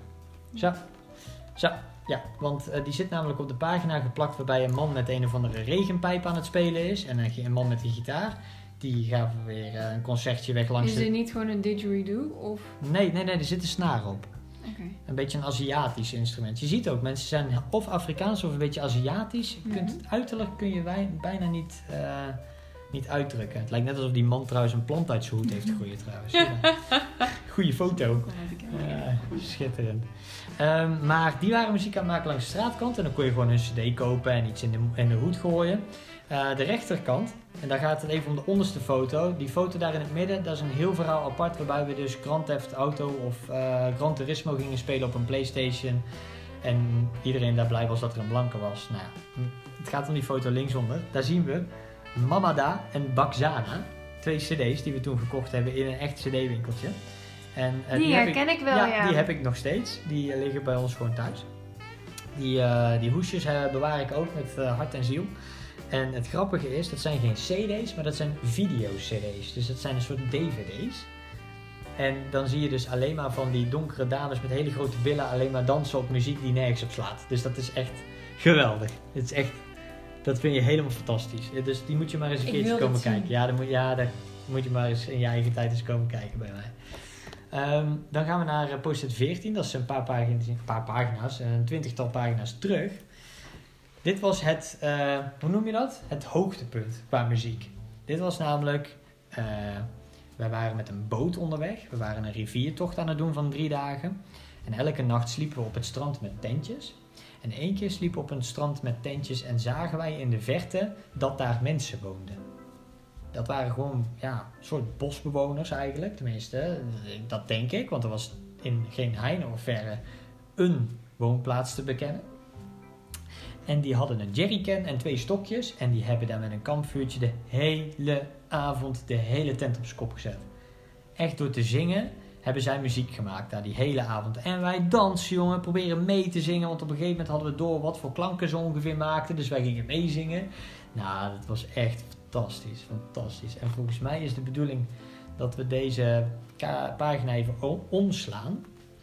Zo. Zo. Ja, want uh, die zit namelijk op de pagina geplakt waarbij een man met een of andere regenpijp aan het spelen is. En een, een man met een gitaar. Die gaven weer uh, een concertje weg langs Is de... dit niet gewoon een didgeridoo? Of... Nee, nee, nee, er zit een snaar op. Okay. Een beetje een Aziatisch instrument. Je ziet ook, mensen zijn of Afrikaans of een beetje Aziatisch. Je kunt, Mm-hmm. het uiterlijk kun je wij, bijna niet, uh, niet uitdrukken. Het lijkt net alsof die man trouwens een plant uit zijn hoed heeft gegroeid trouwens. Ja. Goeie foto. Uh, schitterend. Um, maar die waren muziek aan het maken langs de straatkant. En dan kon je gewoon een cd kopen en iets in de, in de hoed gooien. Uh, de rechterkant, en daar gaat het even om de onderste foto. Die foto daar in het midden, dat is een heel verhaal apart. Waarbij we dus Grand Theft Auto of uh, Gran Turismo gingen spelen op een PlayStation. En iedereen daar blij was dat er een blanke was. Nou, het gaat om die foto linksonder. Daar zien we Mamada en Bakzana. Twee cd's die we toen gekocht hebben in een echt cd-winkeltje. En, uh, die die herken heb ik, ik wel, ja. ja. Die heb ik nog steeds. Die uh, liggen bij ons gewoon thuis. Die, uh, die hoesjes uh, bewaar ik ook met uh, hart en ziel. En het grappige is, dat zijn geen cd's, maar dat zijn video-cd's. Dus dat zijn een soort dvd's. En dan zie je dus alleen maar van die donkere dames met hele grote billen alleen maar dansen op muziek die nergens op slaat. Dus dat is echt geweldig. Het is echt, dat vind je helemaal fantastisch. Dus die moet je maar eens een Ik keertje wil komen het zien. kijken. Ja, dan moet, ja, daar moet je maar eens in je eigen tijd eens komen kijken bij mij. Um, dan gaan we naar uh, Post-it veertien. Dat is een paar pagina's, een paar pagina's, een twintigtal pagina's terug. Dit was het, uh, hoe noem je dat? Het hoogtepunt qua muziek. Dit was namelijk, uh, wij waren met een boot onderweg. We waren een riviertocht aan het doen van drie dagen. En elke nacht sliepen we op het strand met tentjes. En één keer sliepen we op een strand met tentjes en zagen wij in de verte dat daar mensen woonden. Dat waren gewoon, ja, een soort bosbewoners eigenlijk. Tenminste, dat denk ik. Want er was in geen heine of verre een woonplaats te bekennen. En die hadden een jerrycan en twee stokjes. En die hebben daar met een kampvuurtje de hele avond de hele tent op zijn kop gezet. Echt door te zingen hebben zij muziek gemaakt daar die hele avond. En wij dansen, jongen, proberen mee te zingen. Want op een gegeven moment hadden we door wat voor klanken ze ongeveer maakten. Dus wij gingen meezingen. Nou, dat was echt fantastisch, fantastisch. En volgens mij is de bedoeling dat we deze ka- pagina even o- omslaan.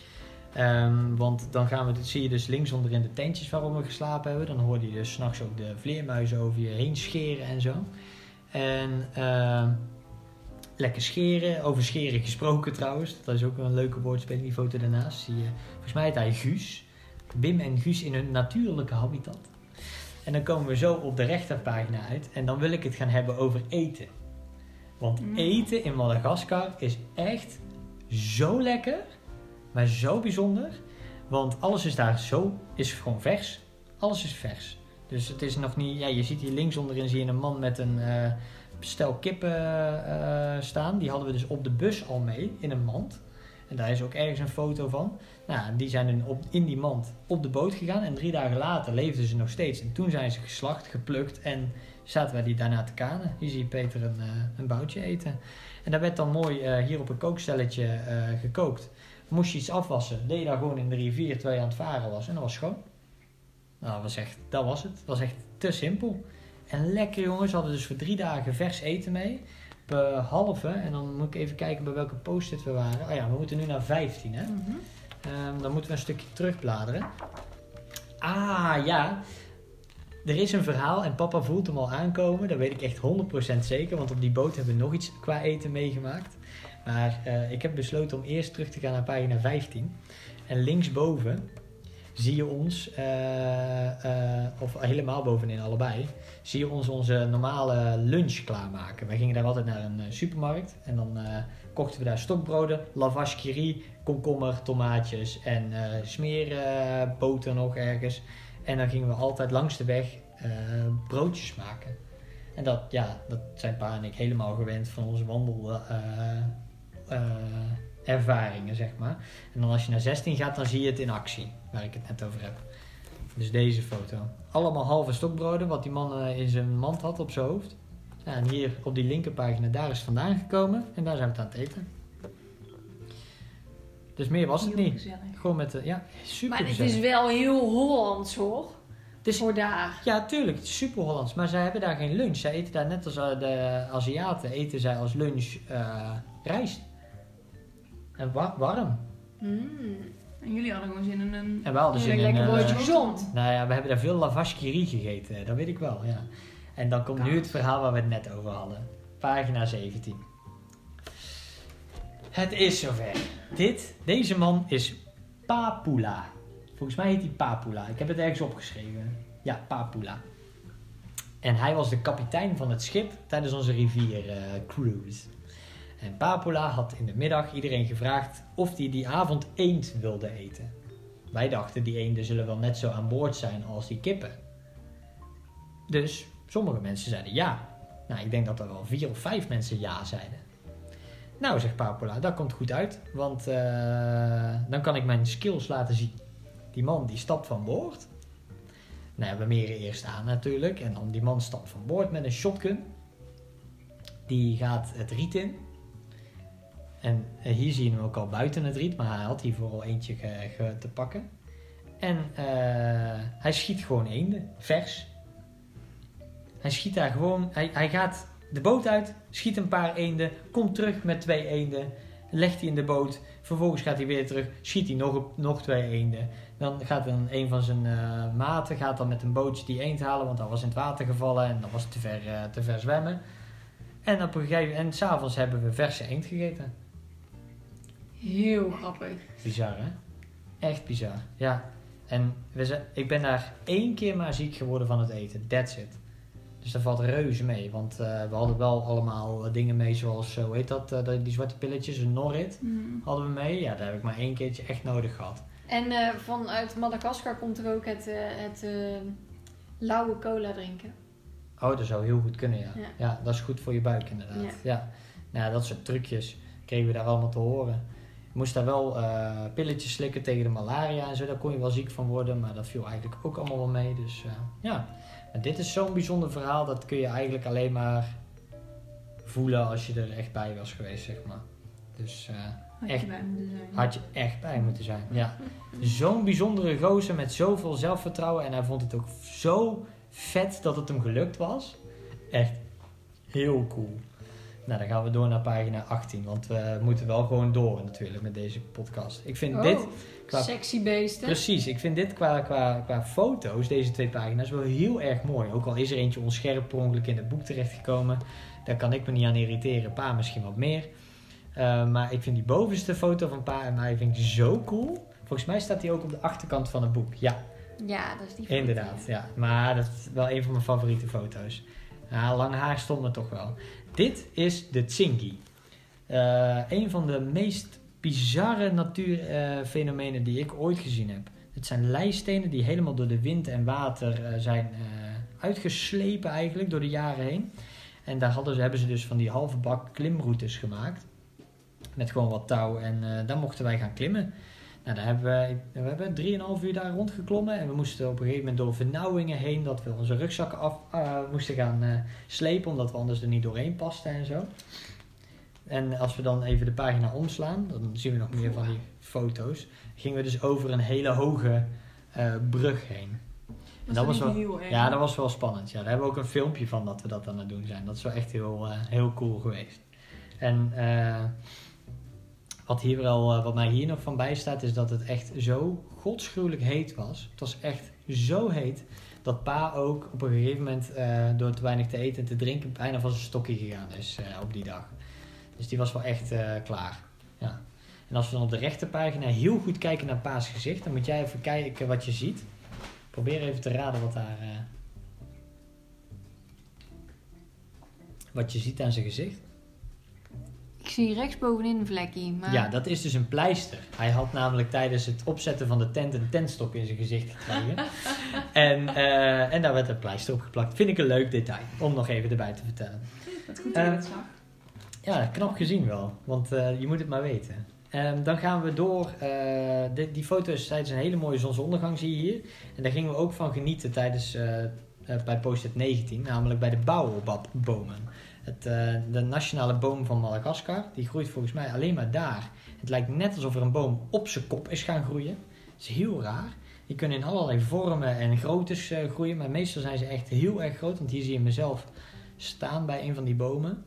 Um, want dan gaan we, dit zie je dus linksonder in de tentjes waarom we geslapen hebben. Dan hoor je dus 's nachts ook de vleermuizen over je heen scheren en zo. En uh, lekker scheren, over scheren gesproken trouwens. Dat is ook een leuke woordspeling, die foto daarnaast. Zie je, volgens mij heet hij Guus. Wim en Guus in hun natuurlijke habitat. En dan komen we zo op de rechterpagina uit. En dan wil ik het gaan hebben over eten. Want Mm. eten in Madagaskar is echt zo lekker. Maar zo bijzonder. Want alles is daar zo, is gewoon vers. Alles is vers. Dus het is nog niet, ja, je ziet hier links onderin zie je een man met een uh, stel kippen uh, staan. Die hadden we dus op de bus al mee, in een mand. En daar is ook ergens een foto van. Nou, die zijn dan op, in die mand op de boot gegaan. En drie dagen later leefden ze nog steeds. En toen zijn ze geslacht, geplukt. En zaten wij die daarna te kanen. Hier zie je Peter een, uh, een boutje eten. En dat werd dan mooi uh, hier op een kookstelletje uh, gekookt. Moest je iets afwassen, deed je dat gewoon in de rivier terwijl je aan het varen was. En dat was schoon. Nou, dat was, echt, dat was het. Dat was echt te simpel. En lekker jongens, we hadden dus voor drie dagen vers eten mee. Behalve, en dan moet ik even kijken bij welke post-it we waren. Oh ja, we moeten nu naar vijftien, hè. Mm-hmm. Um, dan moeten we een stukje terugbladeren. Ah, ja. Er is een verhaal en papa voelt hem al aankomen. Dat weet ik echt honderd procent zeker. Want op die boot hebben we nog iets qua eten meegemaakt. Maar uh, ik heb besloten om eerst terug te gaan naar pagina vijftien. En linksboven zie je ons, uh, uh, of helemaal bovenin allebei, zie je ons onze normale lunch klaarmaken. Wij gingen daar altijd naar een uh, supermarkt. En dan uh, kochten we daar stokbroden, lavash kiri, komkommer, tomaatjes en uh, smeerboter uh, nog ergens. En dan gingen we altijd langs de weg uh, broodjes maken. En dat, ja, dat zijn pa en ik helemaal gewend van onze wandel uh, uh, ervaringen, zeg maar. En dan als je naar zestien gaat, dan zie je het in actie, waar ik het net over heb. Dus deze foto. Allemaal halve stokbroden, wat die man uh, in zijn mand had op zijn hoofd. Ja, en hier op die linkerpagina, daar is het vandaan gekomen. En daar zijn we het aan het eten. Dus meer was het Heel niet. gezellig. Gewoon met de, ja, super Maar het gezellig. is wel heel Hollands, hoor. Dus- Voor daar. Ja, tuurlijk. Het is super Hollands. Maar zij hebben daar geen lunch. Zij eten daar net als uh, de Aziaten. Eten zij als lunch uh, rijst. En wa- warm. Mm. En jullie hadden gewoon zin in een... En we hadden Ja, zin in... lekker eh, broodje gezond. Nou ja, we hebben daar veel lavash kiri gegeten. Dat weet ik wel, ja. En dan komt nu het verhaal waar we het net over hadden. Pagina zeventien. Het is zover. Dit, deze man is Papula. Volgens mij heet hij Papula. Ik heb het ergens opgeschreven. Ja, Papula. En hij was de kapitein van het schip tijdens onze riviercruise. En Papula had in de middag iedereen gevraagd of hij die avond eend wilde eten. Wij dachten, die eenden zullen wel net zo aan boord zijn als die kippen. Dus sommige mensen zeiden ja. Nou, ik denk dat er wel vier of vijf mensen ja zeiden. Nou, zegt Papula, dat komt goed uit, want uh, dan kan ik mijn skills laten zien. Die man die stapt van boord. Nou, we meren eerst aan natuurlijk. En dan die man stapt van boord met een shotgun. Die gaat het riet in. En uh, hier zie je hem ook al buiten het riet, maar hij had hier vooral eentje ge, ge, te pakken. En uh, hij schiet gewoon eenden, vers. Hij schiet daar gewoon, hij, hij gaat de boot uit, schiet een paar eenden, komt terug met twee eenden, legt die in de boot. Vervolgens gaat hij weer terug, schiet hij nog, nog twee eenden. Dan gaat dan een van zijn uh, maten gaat dan met een bootje die eend halen, want dat was in het water gevallen en dat was te ver, uh, te ver zwemmen. En op een gegeven moment, en s'avonds hebben we verse eend gegeten. Heel grappig. Bizar, hè? Echt bizar, ja. En we zijn, ik ben daar één keer maar ziek geworden van het eten. That's it. Dus dat valt reuze mee. Want uh, we hadden wel allemaal dingen mee zoals, hoe heet dat, uh, die zwarte pilletjes, een Norrit Mm. hadden we mee. Ja, daar heb ik maar één keertje echt nodig gehad. En uh, vanuit Madagaskar komt er ook het, uh, het uh, lauwe cola drinken. Oh, dat zou heel goed kunnen, ja. Ja. Ja, dat is goed voor je buik inderdaad. Ja. Ja. Nou, dat soort trucjes kregen we daar allemaal te horen. Je moest daar wel uh, pilletjes slikken tegen de malaria en zo. Daar kon je wel ziek van worden, maar dat viel eigenlijk ook allemaal wel mee. Dus uh, ja, en dit is zo'n bijzonder verhaal. Dat kun je eigenlijk alleen maar voelen als je er echt bij was geweest, zeg maar. Dus uh, Had echt, je bij moeten zijn. had je echt bij moeten zijn, ja. Zo'n bijzondere gozer met zoveel zelfvertrouwen. En hij vond het ook zo vet dat het hem gelukt was. Echt heel cool. Nou, dan gaan we door naar pagina achttien. Want we moeten wel gewoon door natuurlijk met deze podcast. Ik vind Oh, dit... Qua, sexy beesten. precies, ik vind dit qua, qua, qua foto's, deze twee pagina's, wel heel erg mooi. Ook al is er eentje onscherp per ongeluk in het boek terechtgekomen. Daar kan ik me niet aan irriteren. Pa misschien wat meer. Uh, maar ik vind die bovenste foto van Pa en mij vind ik zo cool. Volgens mij staat die ook op de achterkant van het boek. Ja, Ja, dat is die foto. inderdaad. Ja. Maar dat is wel een van mijn favoriete foto's. Ja, lang haar stond me toch wel. Dit is de Tsingy. Uh, een van de meest bizarre natuurfenomenen uh, die ik ooit gezien heb. Het zijn leistenen die helemaal door de wind en water uh, zijn uh, uitgeslepen eigenlijk door de jaren heen. En daar hadden ze, hebben ze dus van die halve bak klimroutes gemaakt. Met gewoon wat touw en uh, daar mochten wij gaan klimmen. Nou, daar hebben we, we hebben drieënhalf uur daar rondgeklommen. En we moesten op een gegeven moment door vernauwingen heen. Dat we onze rugzakken af uh, moesten gaan uh, slepen. Omdat we anders er niet doorheen pasten en zo. En als we dan even de pagina omslaan. Dan zien we nog meer van die foto's. Gingen we dus over een hele hoge uh, brug heen. En dat was wel, heel erg. ja, dat was wel spannend. Ja, daar hebben we ook een filmpje van dat we dat aan het doen zijn. Dat is wel echt heel, uh, heel cool geweest. En... Uh, Wat, hier wel, wat mij hier nog van bijstaat is dat het echt zo godschuwelijk heet was. Het was echt zo heet dat Pa ook op een gegeven moment uh, door te weinig te eten en te drinken bijna van zijn stokje gegaan is uh, op die dag. Dus die was wel echt uh, klaar. Ja. En als we dan op de rechterpagina heel goed kijken naar Pa's gezicht, dan moet jij even kijken wat je ziet. Probeer even te raden wat daar... Uh, wat je ziet aan zijn gezicht. Ik zie rechtsbovenin een vlekje. Maar... Ja, dat is dus een pleister. Hij had namelijk tijdens het opzetten van de tent een tentstok in zijn gezicht gekregen. en, uh, en daar werd een pleister op geplakt. Vind ik een leuk detail, om nog even erbij te vertellen. Wat goed dat je Uh, dat zag. Ja, knap gezien wel, want uh, je moet het maar weten. Um, dan gaan we door. Uh, de, die foto's tijdens een hele mooie zonsondergang zie je hier. En daar gingen we ook van genieten tijdens uh, uh, bij post-it negentien, namelijk bij de baobabbomen. Het, uh, de nationale boom van Madagaskar, die groeit volgens mij alleen maar daar. Het lijkt net alsof er een boom op zijn kop is gaan groeien. Dat is heel raar. Die kunnen in allerlei vormen en groottes uh, groeien, maar meestal zijn ze echt heel erg groot. Want hier zie je mezelf staan bij een van die bomen.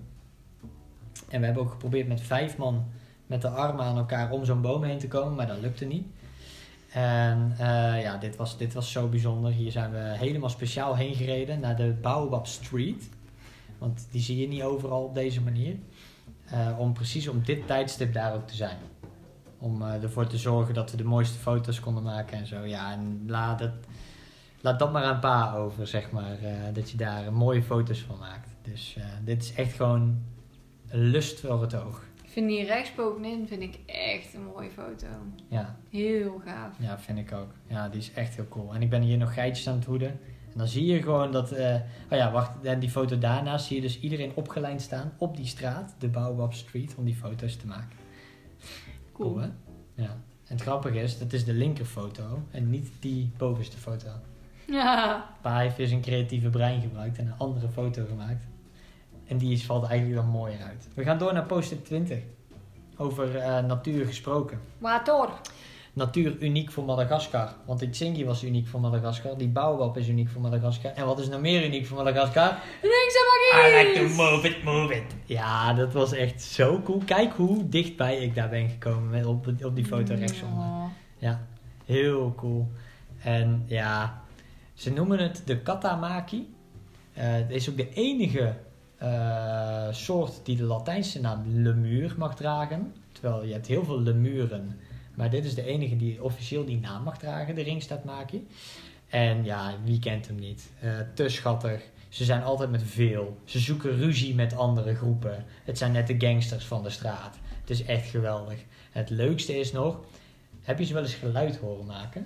En we hebben ook geprobeerd met vijf man met de armen aan elkaar om zo'n boom heen te komen, maar dat lukte niet. En uh, ja, dit was, dit was zo bijzonder. Hier zijn we helemaal speciaal heen gereden naar de Baobab Street. Want die zie je niet overal op deze manier. Uh, om precies op dit tijdstip daar ook te zijn. Om uh, ervoor te zorgen dat we de mooiste foto's konden maken en zo. Ja, en laat, het, laat dat maar aan pa over, zeg maar. Uh, dat je daar uh, mooie foto's van maakt. Dus uh, dit is echt gewoon een lust voor het oog. Ik vind die rechtsbovenin vind ik echt een mooie foto. Ja. Heel gaaf. Ja, vind ik ook. Ja, die is echt heel cool. En ik ben hier nog geitjes aan het hoeden. En dan zie je gewoon dat... Uh, oh ja, wacht. En die foto daarnaast zie je dus iedereen opgelijnd staan op die straat. De Baobab Street. Om die foto's te maken. Cool. Cool, hè? Ja. En het grappige is, dat is de linkerfoto. En niet die bovenste foto. Ja. Pa heeft weer zijn creatieve brein gebruikt. En een andere foto gemaakt. En die is, valt eigenlijk dan mooier uit. We gaan door naar post-it twintig. Over uh, natuur gesproken. Water. Natuur uniek voor Madagaskar. Want die Tsingy was uniek voor Madagaskar. Die Baobab is uniek voor Madagaskar. En wat is nou meer uniek voor Madagaskar? Linkse I magies. like to move it, move it. Ja, dat was echt zo cool. Kijk hoe dichtbij ik daar ben gekomen met op, op die foto rechtsonder. Oh. Ja, heel cool. En ja, ze noemen het de katamaki. Uh, het is ook de enige uh, soort die de Latijnse naam lemur mag dragen. Terwijl je hebt heel veel lemuren. Maar dit is de enige die officieel die naam mag dragen, de ringstaartmaki. En ja, wie kent hem niet? Uh, te schattig. Ze zijn altijd met veel. Ze zoeken ruzie met andere groepen. Het zijn net de gangsters van de straat. Het is echt geweldig. Het leukste is nog, heb je ze wel eens geluid horen maken?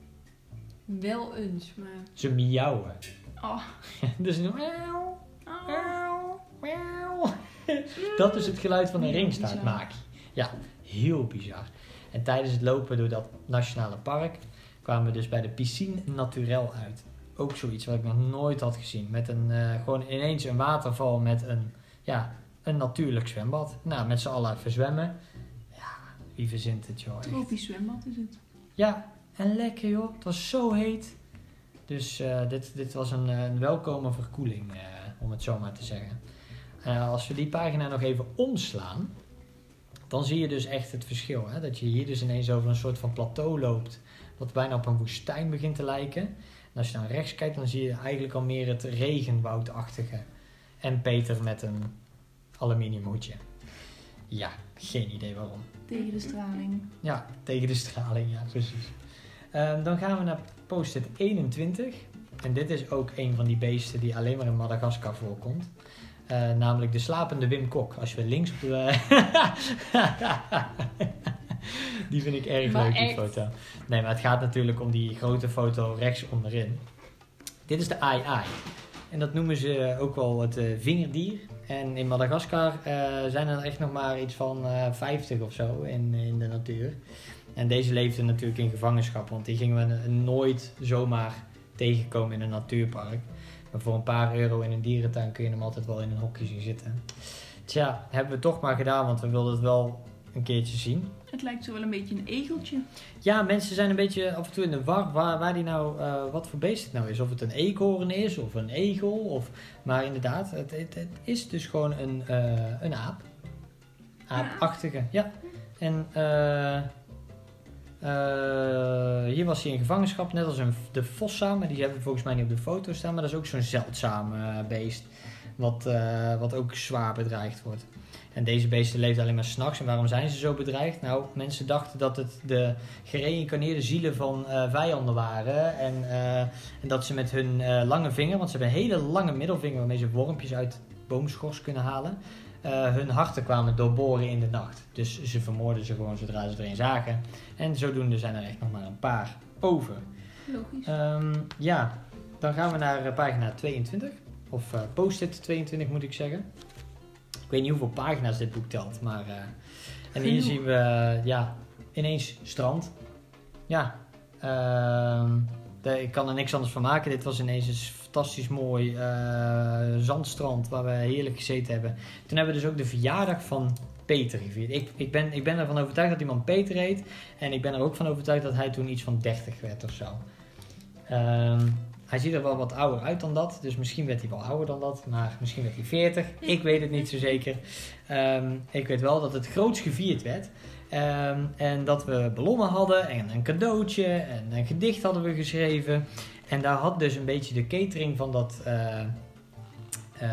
Wel eens, maar... Ze miauwen. Oh. Dus nu... Miauw, miauw, miauw. Dat is het geluid van een ringstaartmaki. Ja, heel bizar. En tijdens het lopen door dat nationale park kwamen we dus bij de Piscine Naturelle uit. Ook zoiets wat ik nog nooit had gezien. Met een, uh, gewoon ineens een waterval met een, ja, een natuurlijk zwembad. Nou, met z'n allen even zwemmen. Ja, wie verzint het, joh. Echt. Tropisch zwembad is het. Ja, en lekker, joh. Het was zo heet. Dus uh, dit, dit was een, een welkome verkoeling, uh, om het zo maar te zeggen. Uh, als we die pagina nog even omslaan, dan zie je dus echt het verschil. Hè? Dat je hier dus ineens over een soort van plateau loopt, wat bijna op een woestijn begint te lijken. En als je naar rechts kijkt, dan zie je eigenlijk al meer het regenwoudachtige. En Peter met een aluminium hoedje. Ja, geen idee waarom. Tegen de straling. Ja, tegen de straling, ja, precies. Um, dan gaan we naar post-it eenentwintig. En dit is ook een van die beesten die alleen maar in Madagaskar voorkomt. Uh, namelijk de slapende Wim Kok. Als we links op de... die vind ik erg Maar leuk, die echt? foto. Nee, maar het gaat natuurlijk om die grote foto rechts onderin. Dit is de ai ai. En dat noemen ze ook wel het uh, vingerdier. En in Madagaskar uh, zijn er echt nog maar iets van uh, vijftig of zo in, in de natuur. En deze leefde natuurlijk in gevangenschap. Want die gingen we nooit zomaar tegenkomen in een natuurpark. Maar voor een paar euro in een dierentuin kun je hem altijd wel in een hokje zien zitten. Tja, hebben we toch maar gedaan, want we wilden het wel een keertje zien. Het lijkt zo wel een beetje een egeltje. Ja, mensen zijn een beetje af en toe in de war waar, waar die nou, uh, wat voor beest het nou is. Of het een eekhoorn is, of een egel. Of, maar inderdaad, het, het, het is dus gewoon een, uh, een aap. Aapachtige, ja. En uh, uh, hier was hij in gevangenschap, net als een, de fossa. Maar die hebben we volgens mij niet op de foto staan. Maar dat is ook zo'n zeldzaam uh, beest. Wat, uh, wat ook zwaar bedreigd wordt. En deze beesten leefden alleen maar 's nachts. En waarom zijn ze zo bedreigd? Nou, mensen dachten dat het de gereïncarneerde zielen van uh, vijanden waren. En, uh, en dat ze met hun uh, lange vinger, want ze hebben een hele lange middelvinger waarmee ze wormpjes uit boomschors kunnen halen. Uh, hun harten kwamen doorboren in de nacht. Dus ze vermoorden ze gewoon zodra ze erin zagen. En zodoende zijn er echt nog maar een paar over. Logisch. Um, ja, dan gaan we naar uh, pagina tweeëntwintig. Of uh, post-it tweeëntwintig moet ik zeggen. Ik weet niet hoeveel pagina's dit boek telt, maar... Uh, en hier zien we, uh, ja, ineens strand. Ja, uh, de, ik kan er niks anders van maken. Dit was ineens een fantastisch mooi uh, zandstrand waar we heerlijk gezeten hebben. Toen hebben we dus ook de verjaardag van Peter gevierd. Ik, ik, ben, ik ben ervan overtuigd dat iemand Peter heet. En ik ben er ook van overtuigd dat hij toen iets van dertig werd of zo. Um, Hij ziet er wel wat ouder uit dan dat. Dus misschien werd hij wel ouder dan dat. Maar misschien werd hij veertig. Ik weet het niet zo zeker. Um, ik weet wel dat het groots gevierd werd. Um, en dat we ballonnen hadden en een cadeautje en een gedicht hadden we geschreven. En daar had dus een beetje de catering van dat uh, uh,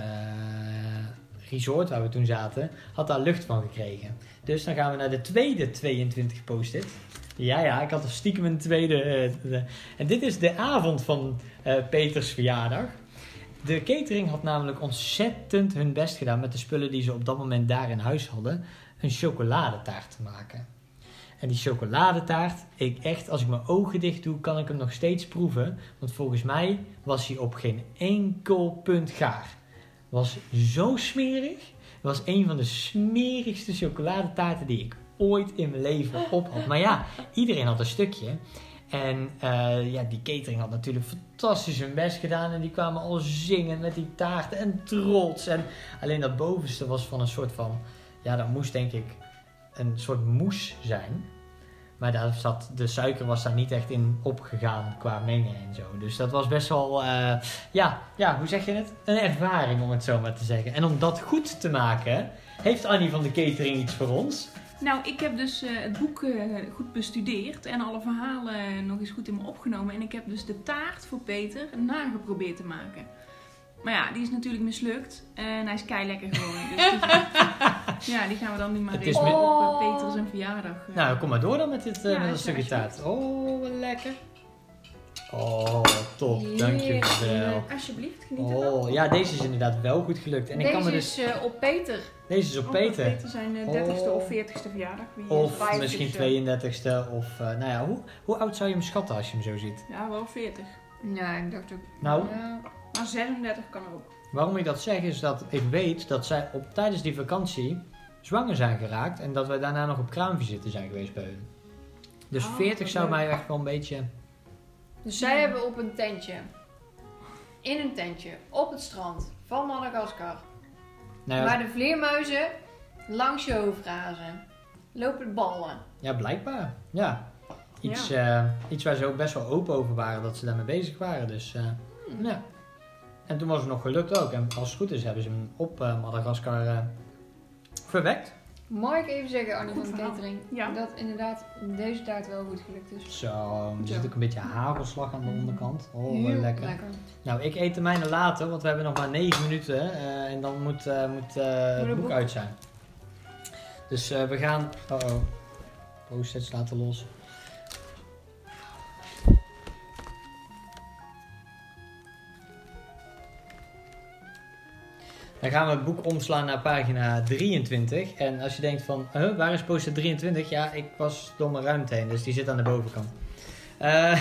resort waar we toen zaten, had daar lucht van gekregen. Dus dan gaan we naar de tweede tweeëntwintig post-it. Ja, ja, ik had er stiekem een tweede. Uh, de, en dit is de avond van uh, Peters verjaardag. De catering had namelijk ontzettend hun best gedaan met de spullen die ze op dat moment daar in huis hadden. Een chocoladetaart te maken. En die chocoladetaart, ik echt, als ik mijn ogen dicht doe, kan ik hem nog steeds proeven. Want volgens mij was hij op geen enkel punt gaar. Was zo smerig. Het was een van de smerigste chocoladetaarten die ik ooit in mijn leven op had. Maar ja, iedereen had een stukje. En uh, ja, die catering had natuurlijk fantastisch hun best gedaan. En die kwamen al zingen met die taarten en trots. En alleen dat bovenste was van een soort van... Ja, dat moest denk ik een soort mousse zijn. Maar daar zat, de suiker was daar niet echt in opgegaan qua mengen en zo. Dus dat was best wel, uh, ja, ja, hoe zeg je het? Een ervaring om het zo maar te zeggen. En om dat goed te maken, heeft Annie van de catering iets voor ons? Nou, ik heb dus uh, het boek uh, goed bestudeerd en alle verhalen nog eens goed in me opgenomen. En ik heb dus de taart voor Peter nageprobeerd te maken. Maar ja, die is natuurlijk mislukt. En hij is kei lekker geworden. Dus die, ja, die gaan we dan nu maar Het eens is op mi- uh, Peter zijn verjaardag. Uh. Nou, kom maar door dan met, dit, uh, Ja, met dat is stukje goed. taart. Oh, wat lekker. Oh, top. Heerlijk. Dankjewel. Alsjeblieft, geniet ervan. Oh, ja, deze is inderdaad wel goed gelukt. En ik Deze kan me dus... is uh, op Peter. Deze is op Op Peter. Peter zijn uh, dertigste Oh. of veertigste verjaardag. Wie is Of vijftig, misschien dus, uh, tweeëndertigste. Of, uh, nou ja, hoe, hoe oud zou je hem schatten als je hem zo ziet? Ja, wel veertig. Ja, ik dacht ook... Nou? Ja. Maar zesendertig kan ook. Waarom ik dat zeg is dat ik weet dat zij op, tijdens die vakantie zwanger zijn geraakt. En dat wij daarna nog op kraamvisite zijn geweest bij hun. Dus Oh, veertig wat zou leuk. mij echt wel een beetje... Dus zij hebben op een tentje, in een tentje, op het strand van Madagaskar, Nou ja, waar de vleermuizen langs je hoofd razen, lopen ballen. ja, blijkbaar. Ja. Iets, eh, iets waar ze ook best wel open over waren dat ze daarmee bezig waren. Dus eh, Hmm. ja. En toen was het nog gelukt ook. En als het goed is hebben ze hem op uh, Madagaskar uh, verwekt. Mag ik even zeggen, Arnie Goed van de verhaal. catering, Ja. dat inderdaad deze taart wel goed gelukt is. Zo, er Zo. zit ook een beetje hagelslag aan de onderkant. Oh, wat Heel lekker. Nou, ik eet de mijne later, want we hebben nog maar negen minuten. Uh, en dan moet, uh, moet uh, het het boek boek? uit zijn. Dus uh, we gaan... Oh oh. Post-its laten los. Dan gaan we het boek omslaan naar pagina drieëntwintig. En als je denkt van, huh, waar is post-it drieëntwintig? Ja, ik was door mijn ruimte heen, dus die zit aan de bovenkant. Uh,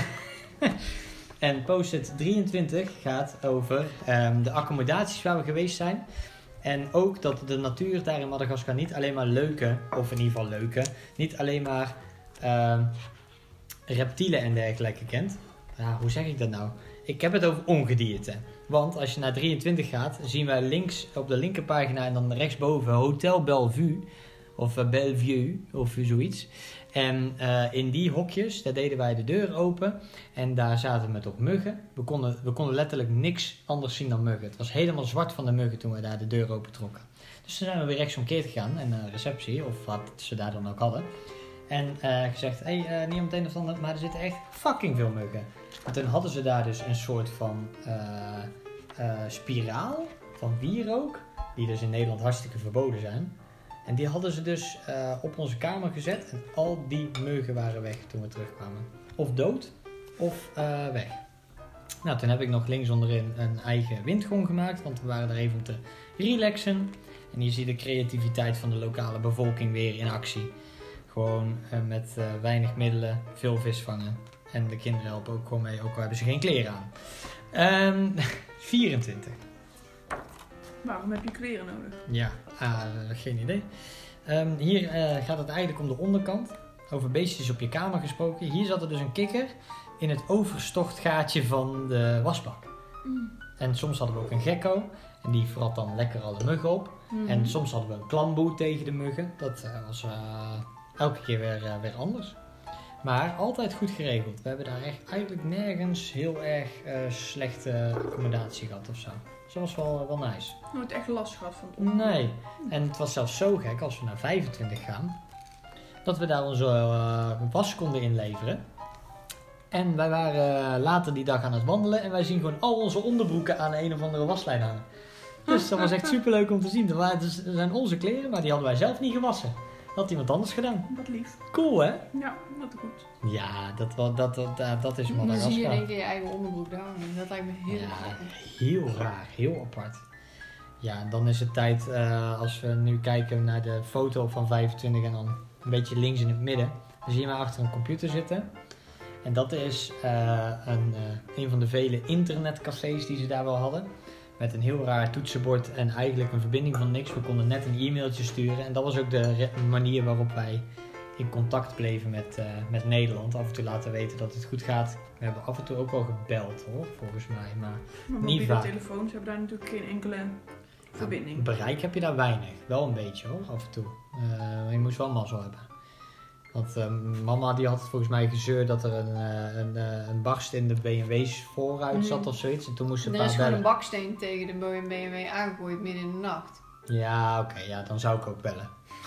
en post-it drieëntwintig gaat over um, de accommodaties waar we geweest zijn. En ook dat de natuur daar in Madagaskar niet alleen maar leuke, of in ieder geval leuke, niet alleen maar uh, reptielen en dergelijke kent. Ja, hoe zeg ik dat nou? Ik heb het over ongedierte. Want als je naar drieëntwintig gaat, zien wij links op de linkerpagina en dan rechtsboven Hotel Bellevue. Of uh, Bellevue, of zoiets. En uh, in die hokjes, daar deden wij de deur open. En daar zaten met op muggen. We konden, we konden letterlijk niks anders zien dan muggen. Het was helemaal zwart van de muggen toen we daar de deur open trokken. Dus toen zijn we weer rechtsomkeerd gegaan. En uh, receptie, of wat ze daar dan ook hadden. En uh, gezegd, hé, hey, uh, niet meteen of dan, maar er zitten echt fucking veel muggen. En toen hadden ze daar dus een soort van uh, uh, spiraal van wierook. Die dus in Nederland hartstikke verboden zijn. En die hadden ze dus uh, op onze kamer gezet. En al die muggen waren weg toen we terugkwamen. Of dood, of uh, weg. Nou, toen heb ik nog links onderin een eigen windgong gemaakt. Want we waren er even om te relaxen. En hier zie je de creativiteit van de lokale bevolking weer in actie. Gewoon uh, met uh, weinig middelen veel vis vangen. En de kinderen helpen ook gewoon mee, ook al hebben ze geen kleren aan. Um, vierentwintig. Waarom heb je kleren nodig? Ja, uh, geen idee. Um, hier uh, gaat het eigenlijk om de onderkant. Over beestjes op je kamer gesproken. Hier zat er dus een kikker in het overstochtgaatje van de wasbak. Mm. En soms hadden we ook een gekko. En die vrat dan lekker alle muggen op. Mm. En soms hadden we een klamboe tegen de muggen. Dat uh, was uh, elke keer weer, uh, weer anders. Maar altijd goed geregeld. We hebben daar echt eigenlijk nergens heel erg uh, slechte accommodatie gehad of zo. Dus dat was wel, wel nice. Nooit echt last gehad van het Nee. En het was zelfs zo gek als we naar vijfentwintig gaan. dat we daar onze uh, was konden inleveren. En wij waren later die dag aan het wandelen en wij zien gewoon al onze onderbroeken aan een of andere waslijn hangen. Dus dat was echt superleuk om te zien. Dat waren, dus, dat zijn onze kleren, maar die hadden wij zelf niet gewassen. Dat had iemand anders gedaan. Wat lief. Cool, hè? Ja, wat goed. Ja, dat, dat, dat, dat, dat is Dan zie je in Madagaskar. één keer je eigen onderbroek daar hangen. Dat lijkt me heel Ja, grappig. heel raar, heel apart. Ja, en dan is het tijd, uh, als we nu kijken naar de foto van vijfentwintig en dan een beetje links in het midden. Dan zie je mij achter een computer zitten. En dat is uh, een, uh, een van de vele internetcafés die ze daar wel hadden. Met een heel raar toetsenbord en eigenlijk een verbinding van niks. We konden net een e-mailtje sturen. En dat was ook de re- manier waarop wij in contact bleven met, uh, met Nederland. Af en toe laten weten dat het goed gaat. We hebben af en toe ook wel gebeld hoor, volgens mij. Maar, Maar niet mobiele vaak. telefoons hebben daar natuurlijk geen enkele verbinding. Ja, bereik heb je daar weinig. Wel een beetje hoor, af en toe. Uh, maar je moest wel mazzel hebben. Want uh, mama die had volgens mij gezeurd dat er een, uh, een, uh, een barst in de B M W's vooruit zat Mhm. of zoiets. En toen moest ze En een er paar is gewoon bellen. een baksteen tegen de B M W aangegooid midden in de nacht. Ja, oké. Okay, ja, dan zou ik ook bellen.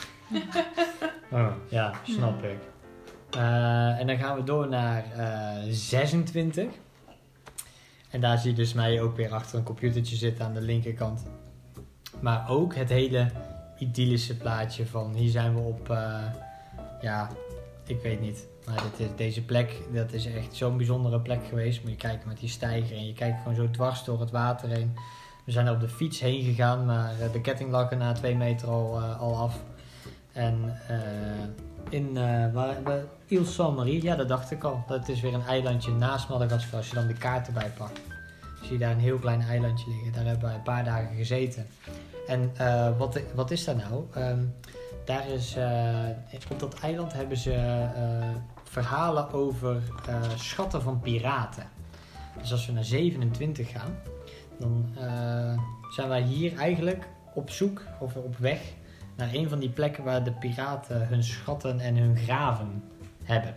oh, ja, snap ik. Uh, en dan gaan we door naar uh, zesentwintig. En daar zie je dus mij ook weer achter een computertje zitten aan de linkerkant. Maar ook het hele idyllische plaatje van hier zijn we op... Uh, ja, ik weet niet. Maar dit is, deze plek, dat is echt zo'n bijzondere plek geweest. Moet je kijken met die steiger en je kijkt gewoon zo dwars door het water heen. We zijn er op de fiets heen gegaan, maar de ketting lag er na twee meter al, uh, al af. En uh, in uh, waar, waar, Ile Saint-Marie, ja dat dacht ik al. Dat is weer een eilandje naast Madagaskar als je dan de kaart erbij pakt. Zie je daar een heel klein eilandje liggen. Daar hebben wij een paar dagen gezeten. En uh, wat, wat is daar nou? Um, daar is, uh, op dat eiland hebben ze uh, verhalen over uh, schatten van piraten. Dus als we naar zevenentwintig gaan, dan uh, zijn wij hier eigenlijk op zoek of op weg naar een van die plekken waar de piraten hun schatten en hun graven hebben.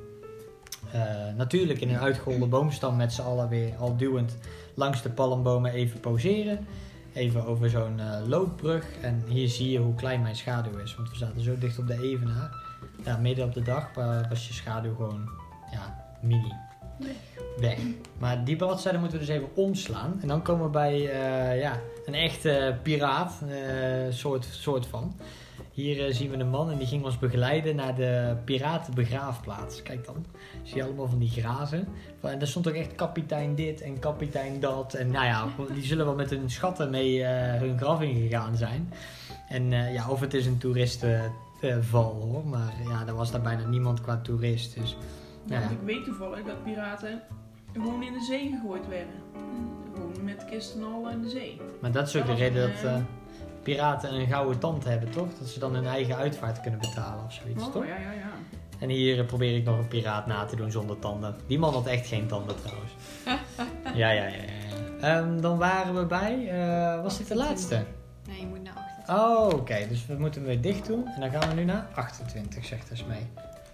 Uh, natuurlijk in een uitgeholde boomstam met z'n allen weer al duwend langs de palmbomen even poseren. Even over zo'n uh, loopbrug. En hier zie je hoe klein mijn schaduw is. Want we zaten zo dicht op de evenaar. Ja, midden op de dag was je schaduw gewoon ja, mini. Nee. Weg. Maar die bladzijde moeten we dus even omslaan. En dan komen we bij uh, ja, een echte piraat. Uh, soort, soort van. Hier uh, zien we een man en die ging ons begeleiden naar de piratenbegraafplaats. Kijk dan. Zie je allemaal van die graven. En daar stond ook echt kapitein dit en kapitein dat. En nou ja, die zullen wel met hun schatten mee uh, hun graf ingegaan zijn. En uh, ja, of het is een toeristenval uh, hoor. Maar ja, er was daar bijna niemand qua toerist. Dus, ja, ja. Want ik weet toevallig dat piraten gewoon in de zee gegooid werden. Gewoon met kisten al in de zee. Maar dat is ook dat de reden een, dat uh, piraten een gouden tand hebben, toch? Dat ze dan hun eigen uitvaart kunnen betalen of zoiets, oh, toch? Ja, ja, ja. En hier uh, probeer ik nog een piraat na te doen zonder tanden. Die man had echt geen tanden trouwens. ja, ja, ja. ja. Um, dan waren we bij... Uh, was dit de laatste? Nee, je moet naar achter. Oh, oké. Okay. Dus we moeten hem weer dicht doen. En dan gaan we nu naar achtentwintig, zegt Esmee.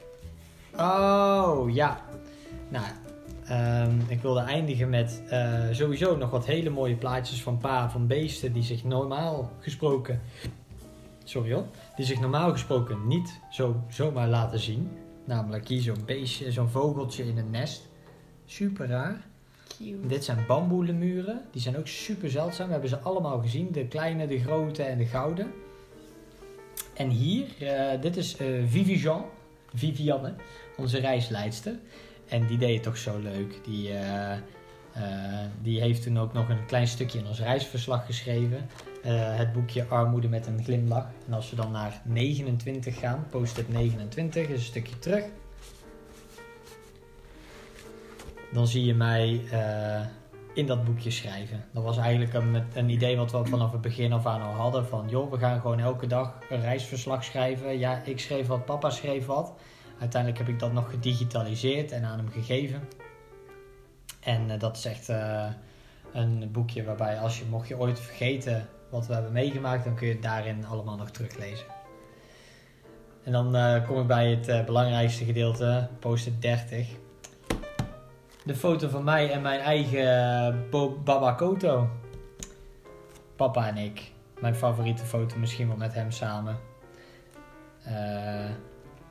Oh, ja. Nou, um, ik wilde eindigen met uh, sowieso nog wat hele mooie plaatjes van pa van beesten die zich normaal gesproken... Sorry hoor. Die zich normaal gesproken niet zo zomaar laten zien. Namelijk hier zo'n beestje, zo'n vogeltje in een nest. Super raar. Cute. Dit zijn bamboelemuren. Die zijn ook super zeldzaam. We hebben ze allemaal gezien. De kleine, de grote en de gouden. En hier, uh, dit is uh, Vivian. Vivianne, onze reisleidster. En die deed het toch zo leuk. Die, uh, uh, die heeft toen ook nog een klein stukje in ons reisverslag geschreven. Uh, het boekje Armoede met een glimlach. En als we dan naar negenentwintig gaan, post-it negenentwintig, is een stukje terug. Dan zie je mij uh, in dat boekje schrijven. Dat was eigenlijk een, een idee wat we vanaf het begin af aan al hadden. Van joh, we gaan gewoon elke dag een reisverslag schrijven. Ja, ik schreef wat, papa schreef wat. Uiteindelijk heb ik dat nog gedigitaliseerd en aan hem gegeven. En uh, dat is echt uh, een boekje waarbij als je, mocht je ooit vergeten wat we hebben meegemaakt, dan kun je het daarin allemaal nog teruglezen. En dan uh, kom ik bij het uh, belangrijkste gedeelte, post-it dertig. De foto van mij en mijn eigen Bo- Baba Koto. Papa en ik. Mijn favoriete foto, misschien wel met hem samen. Uh,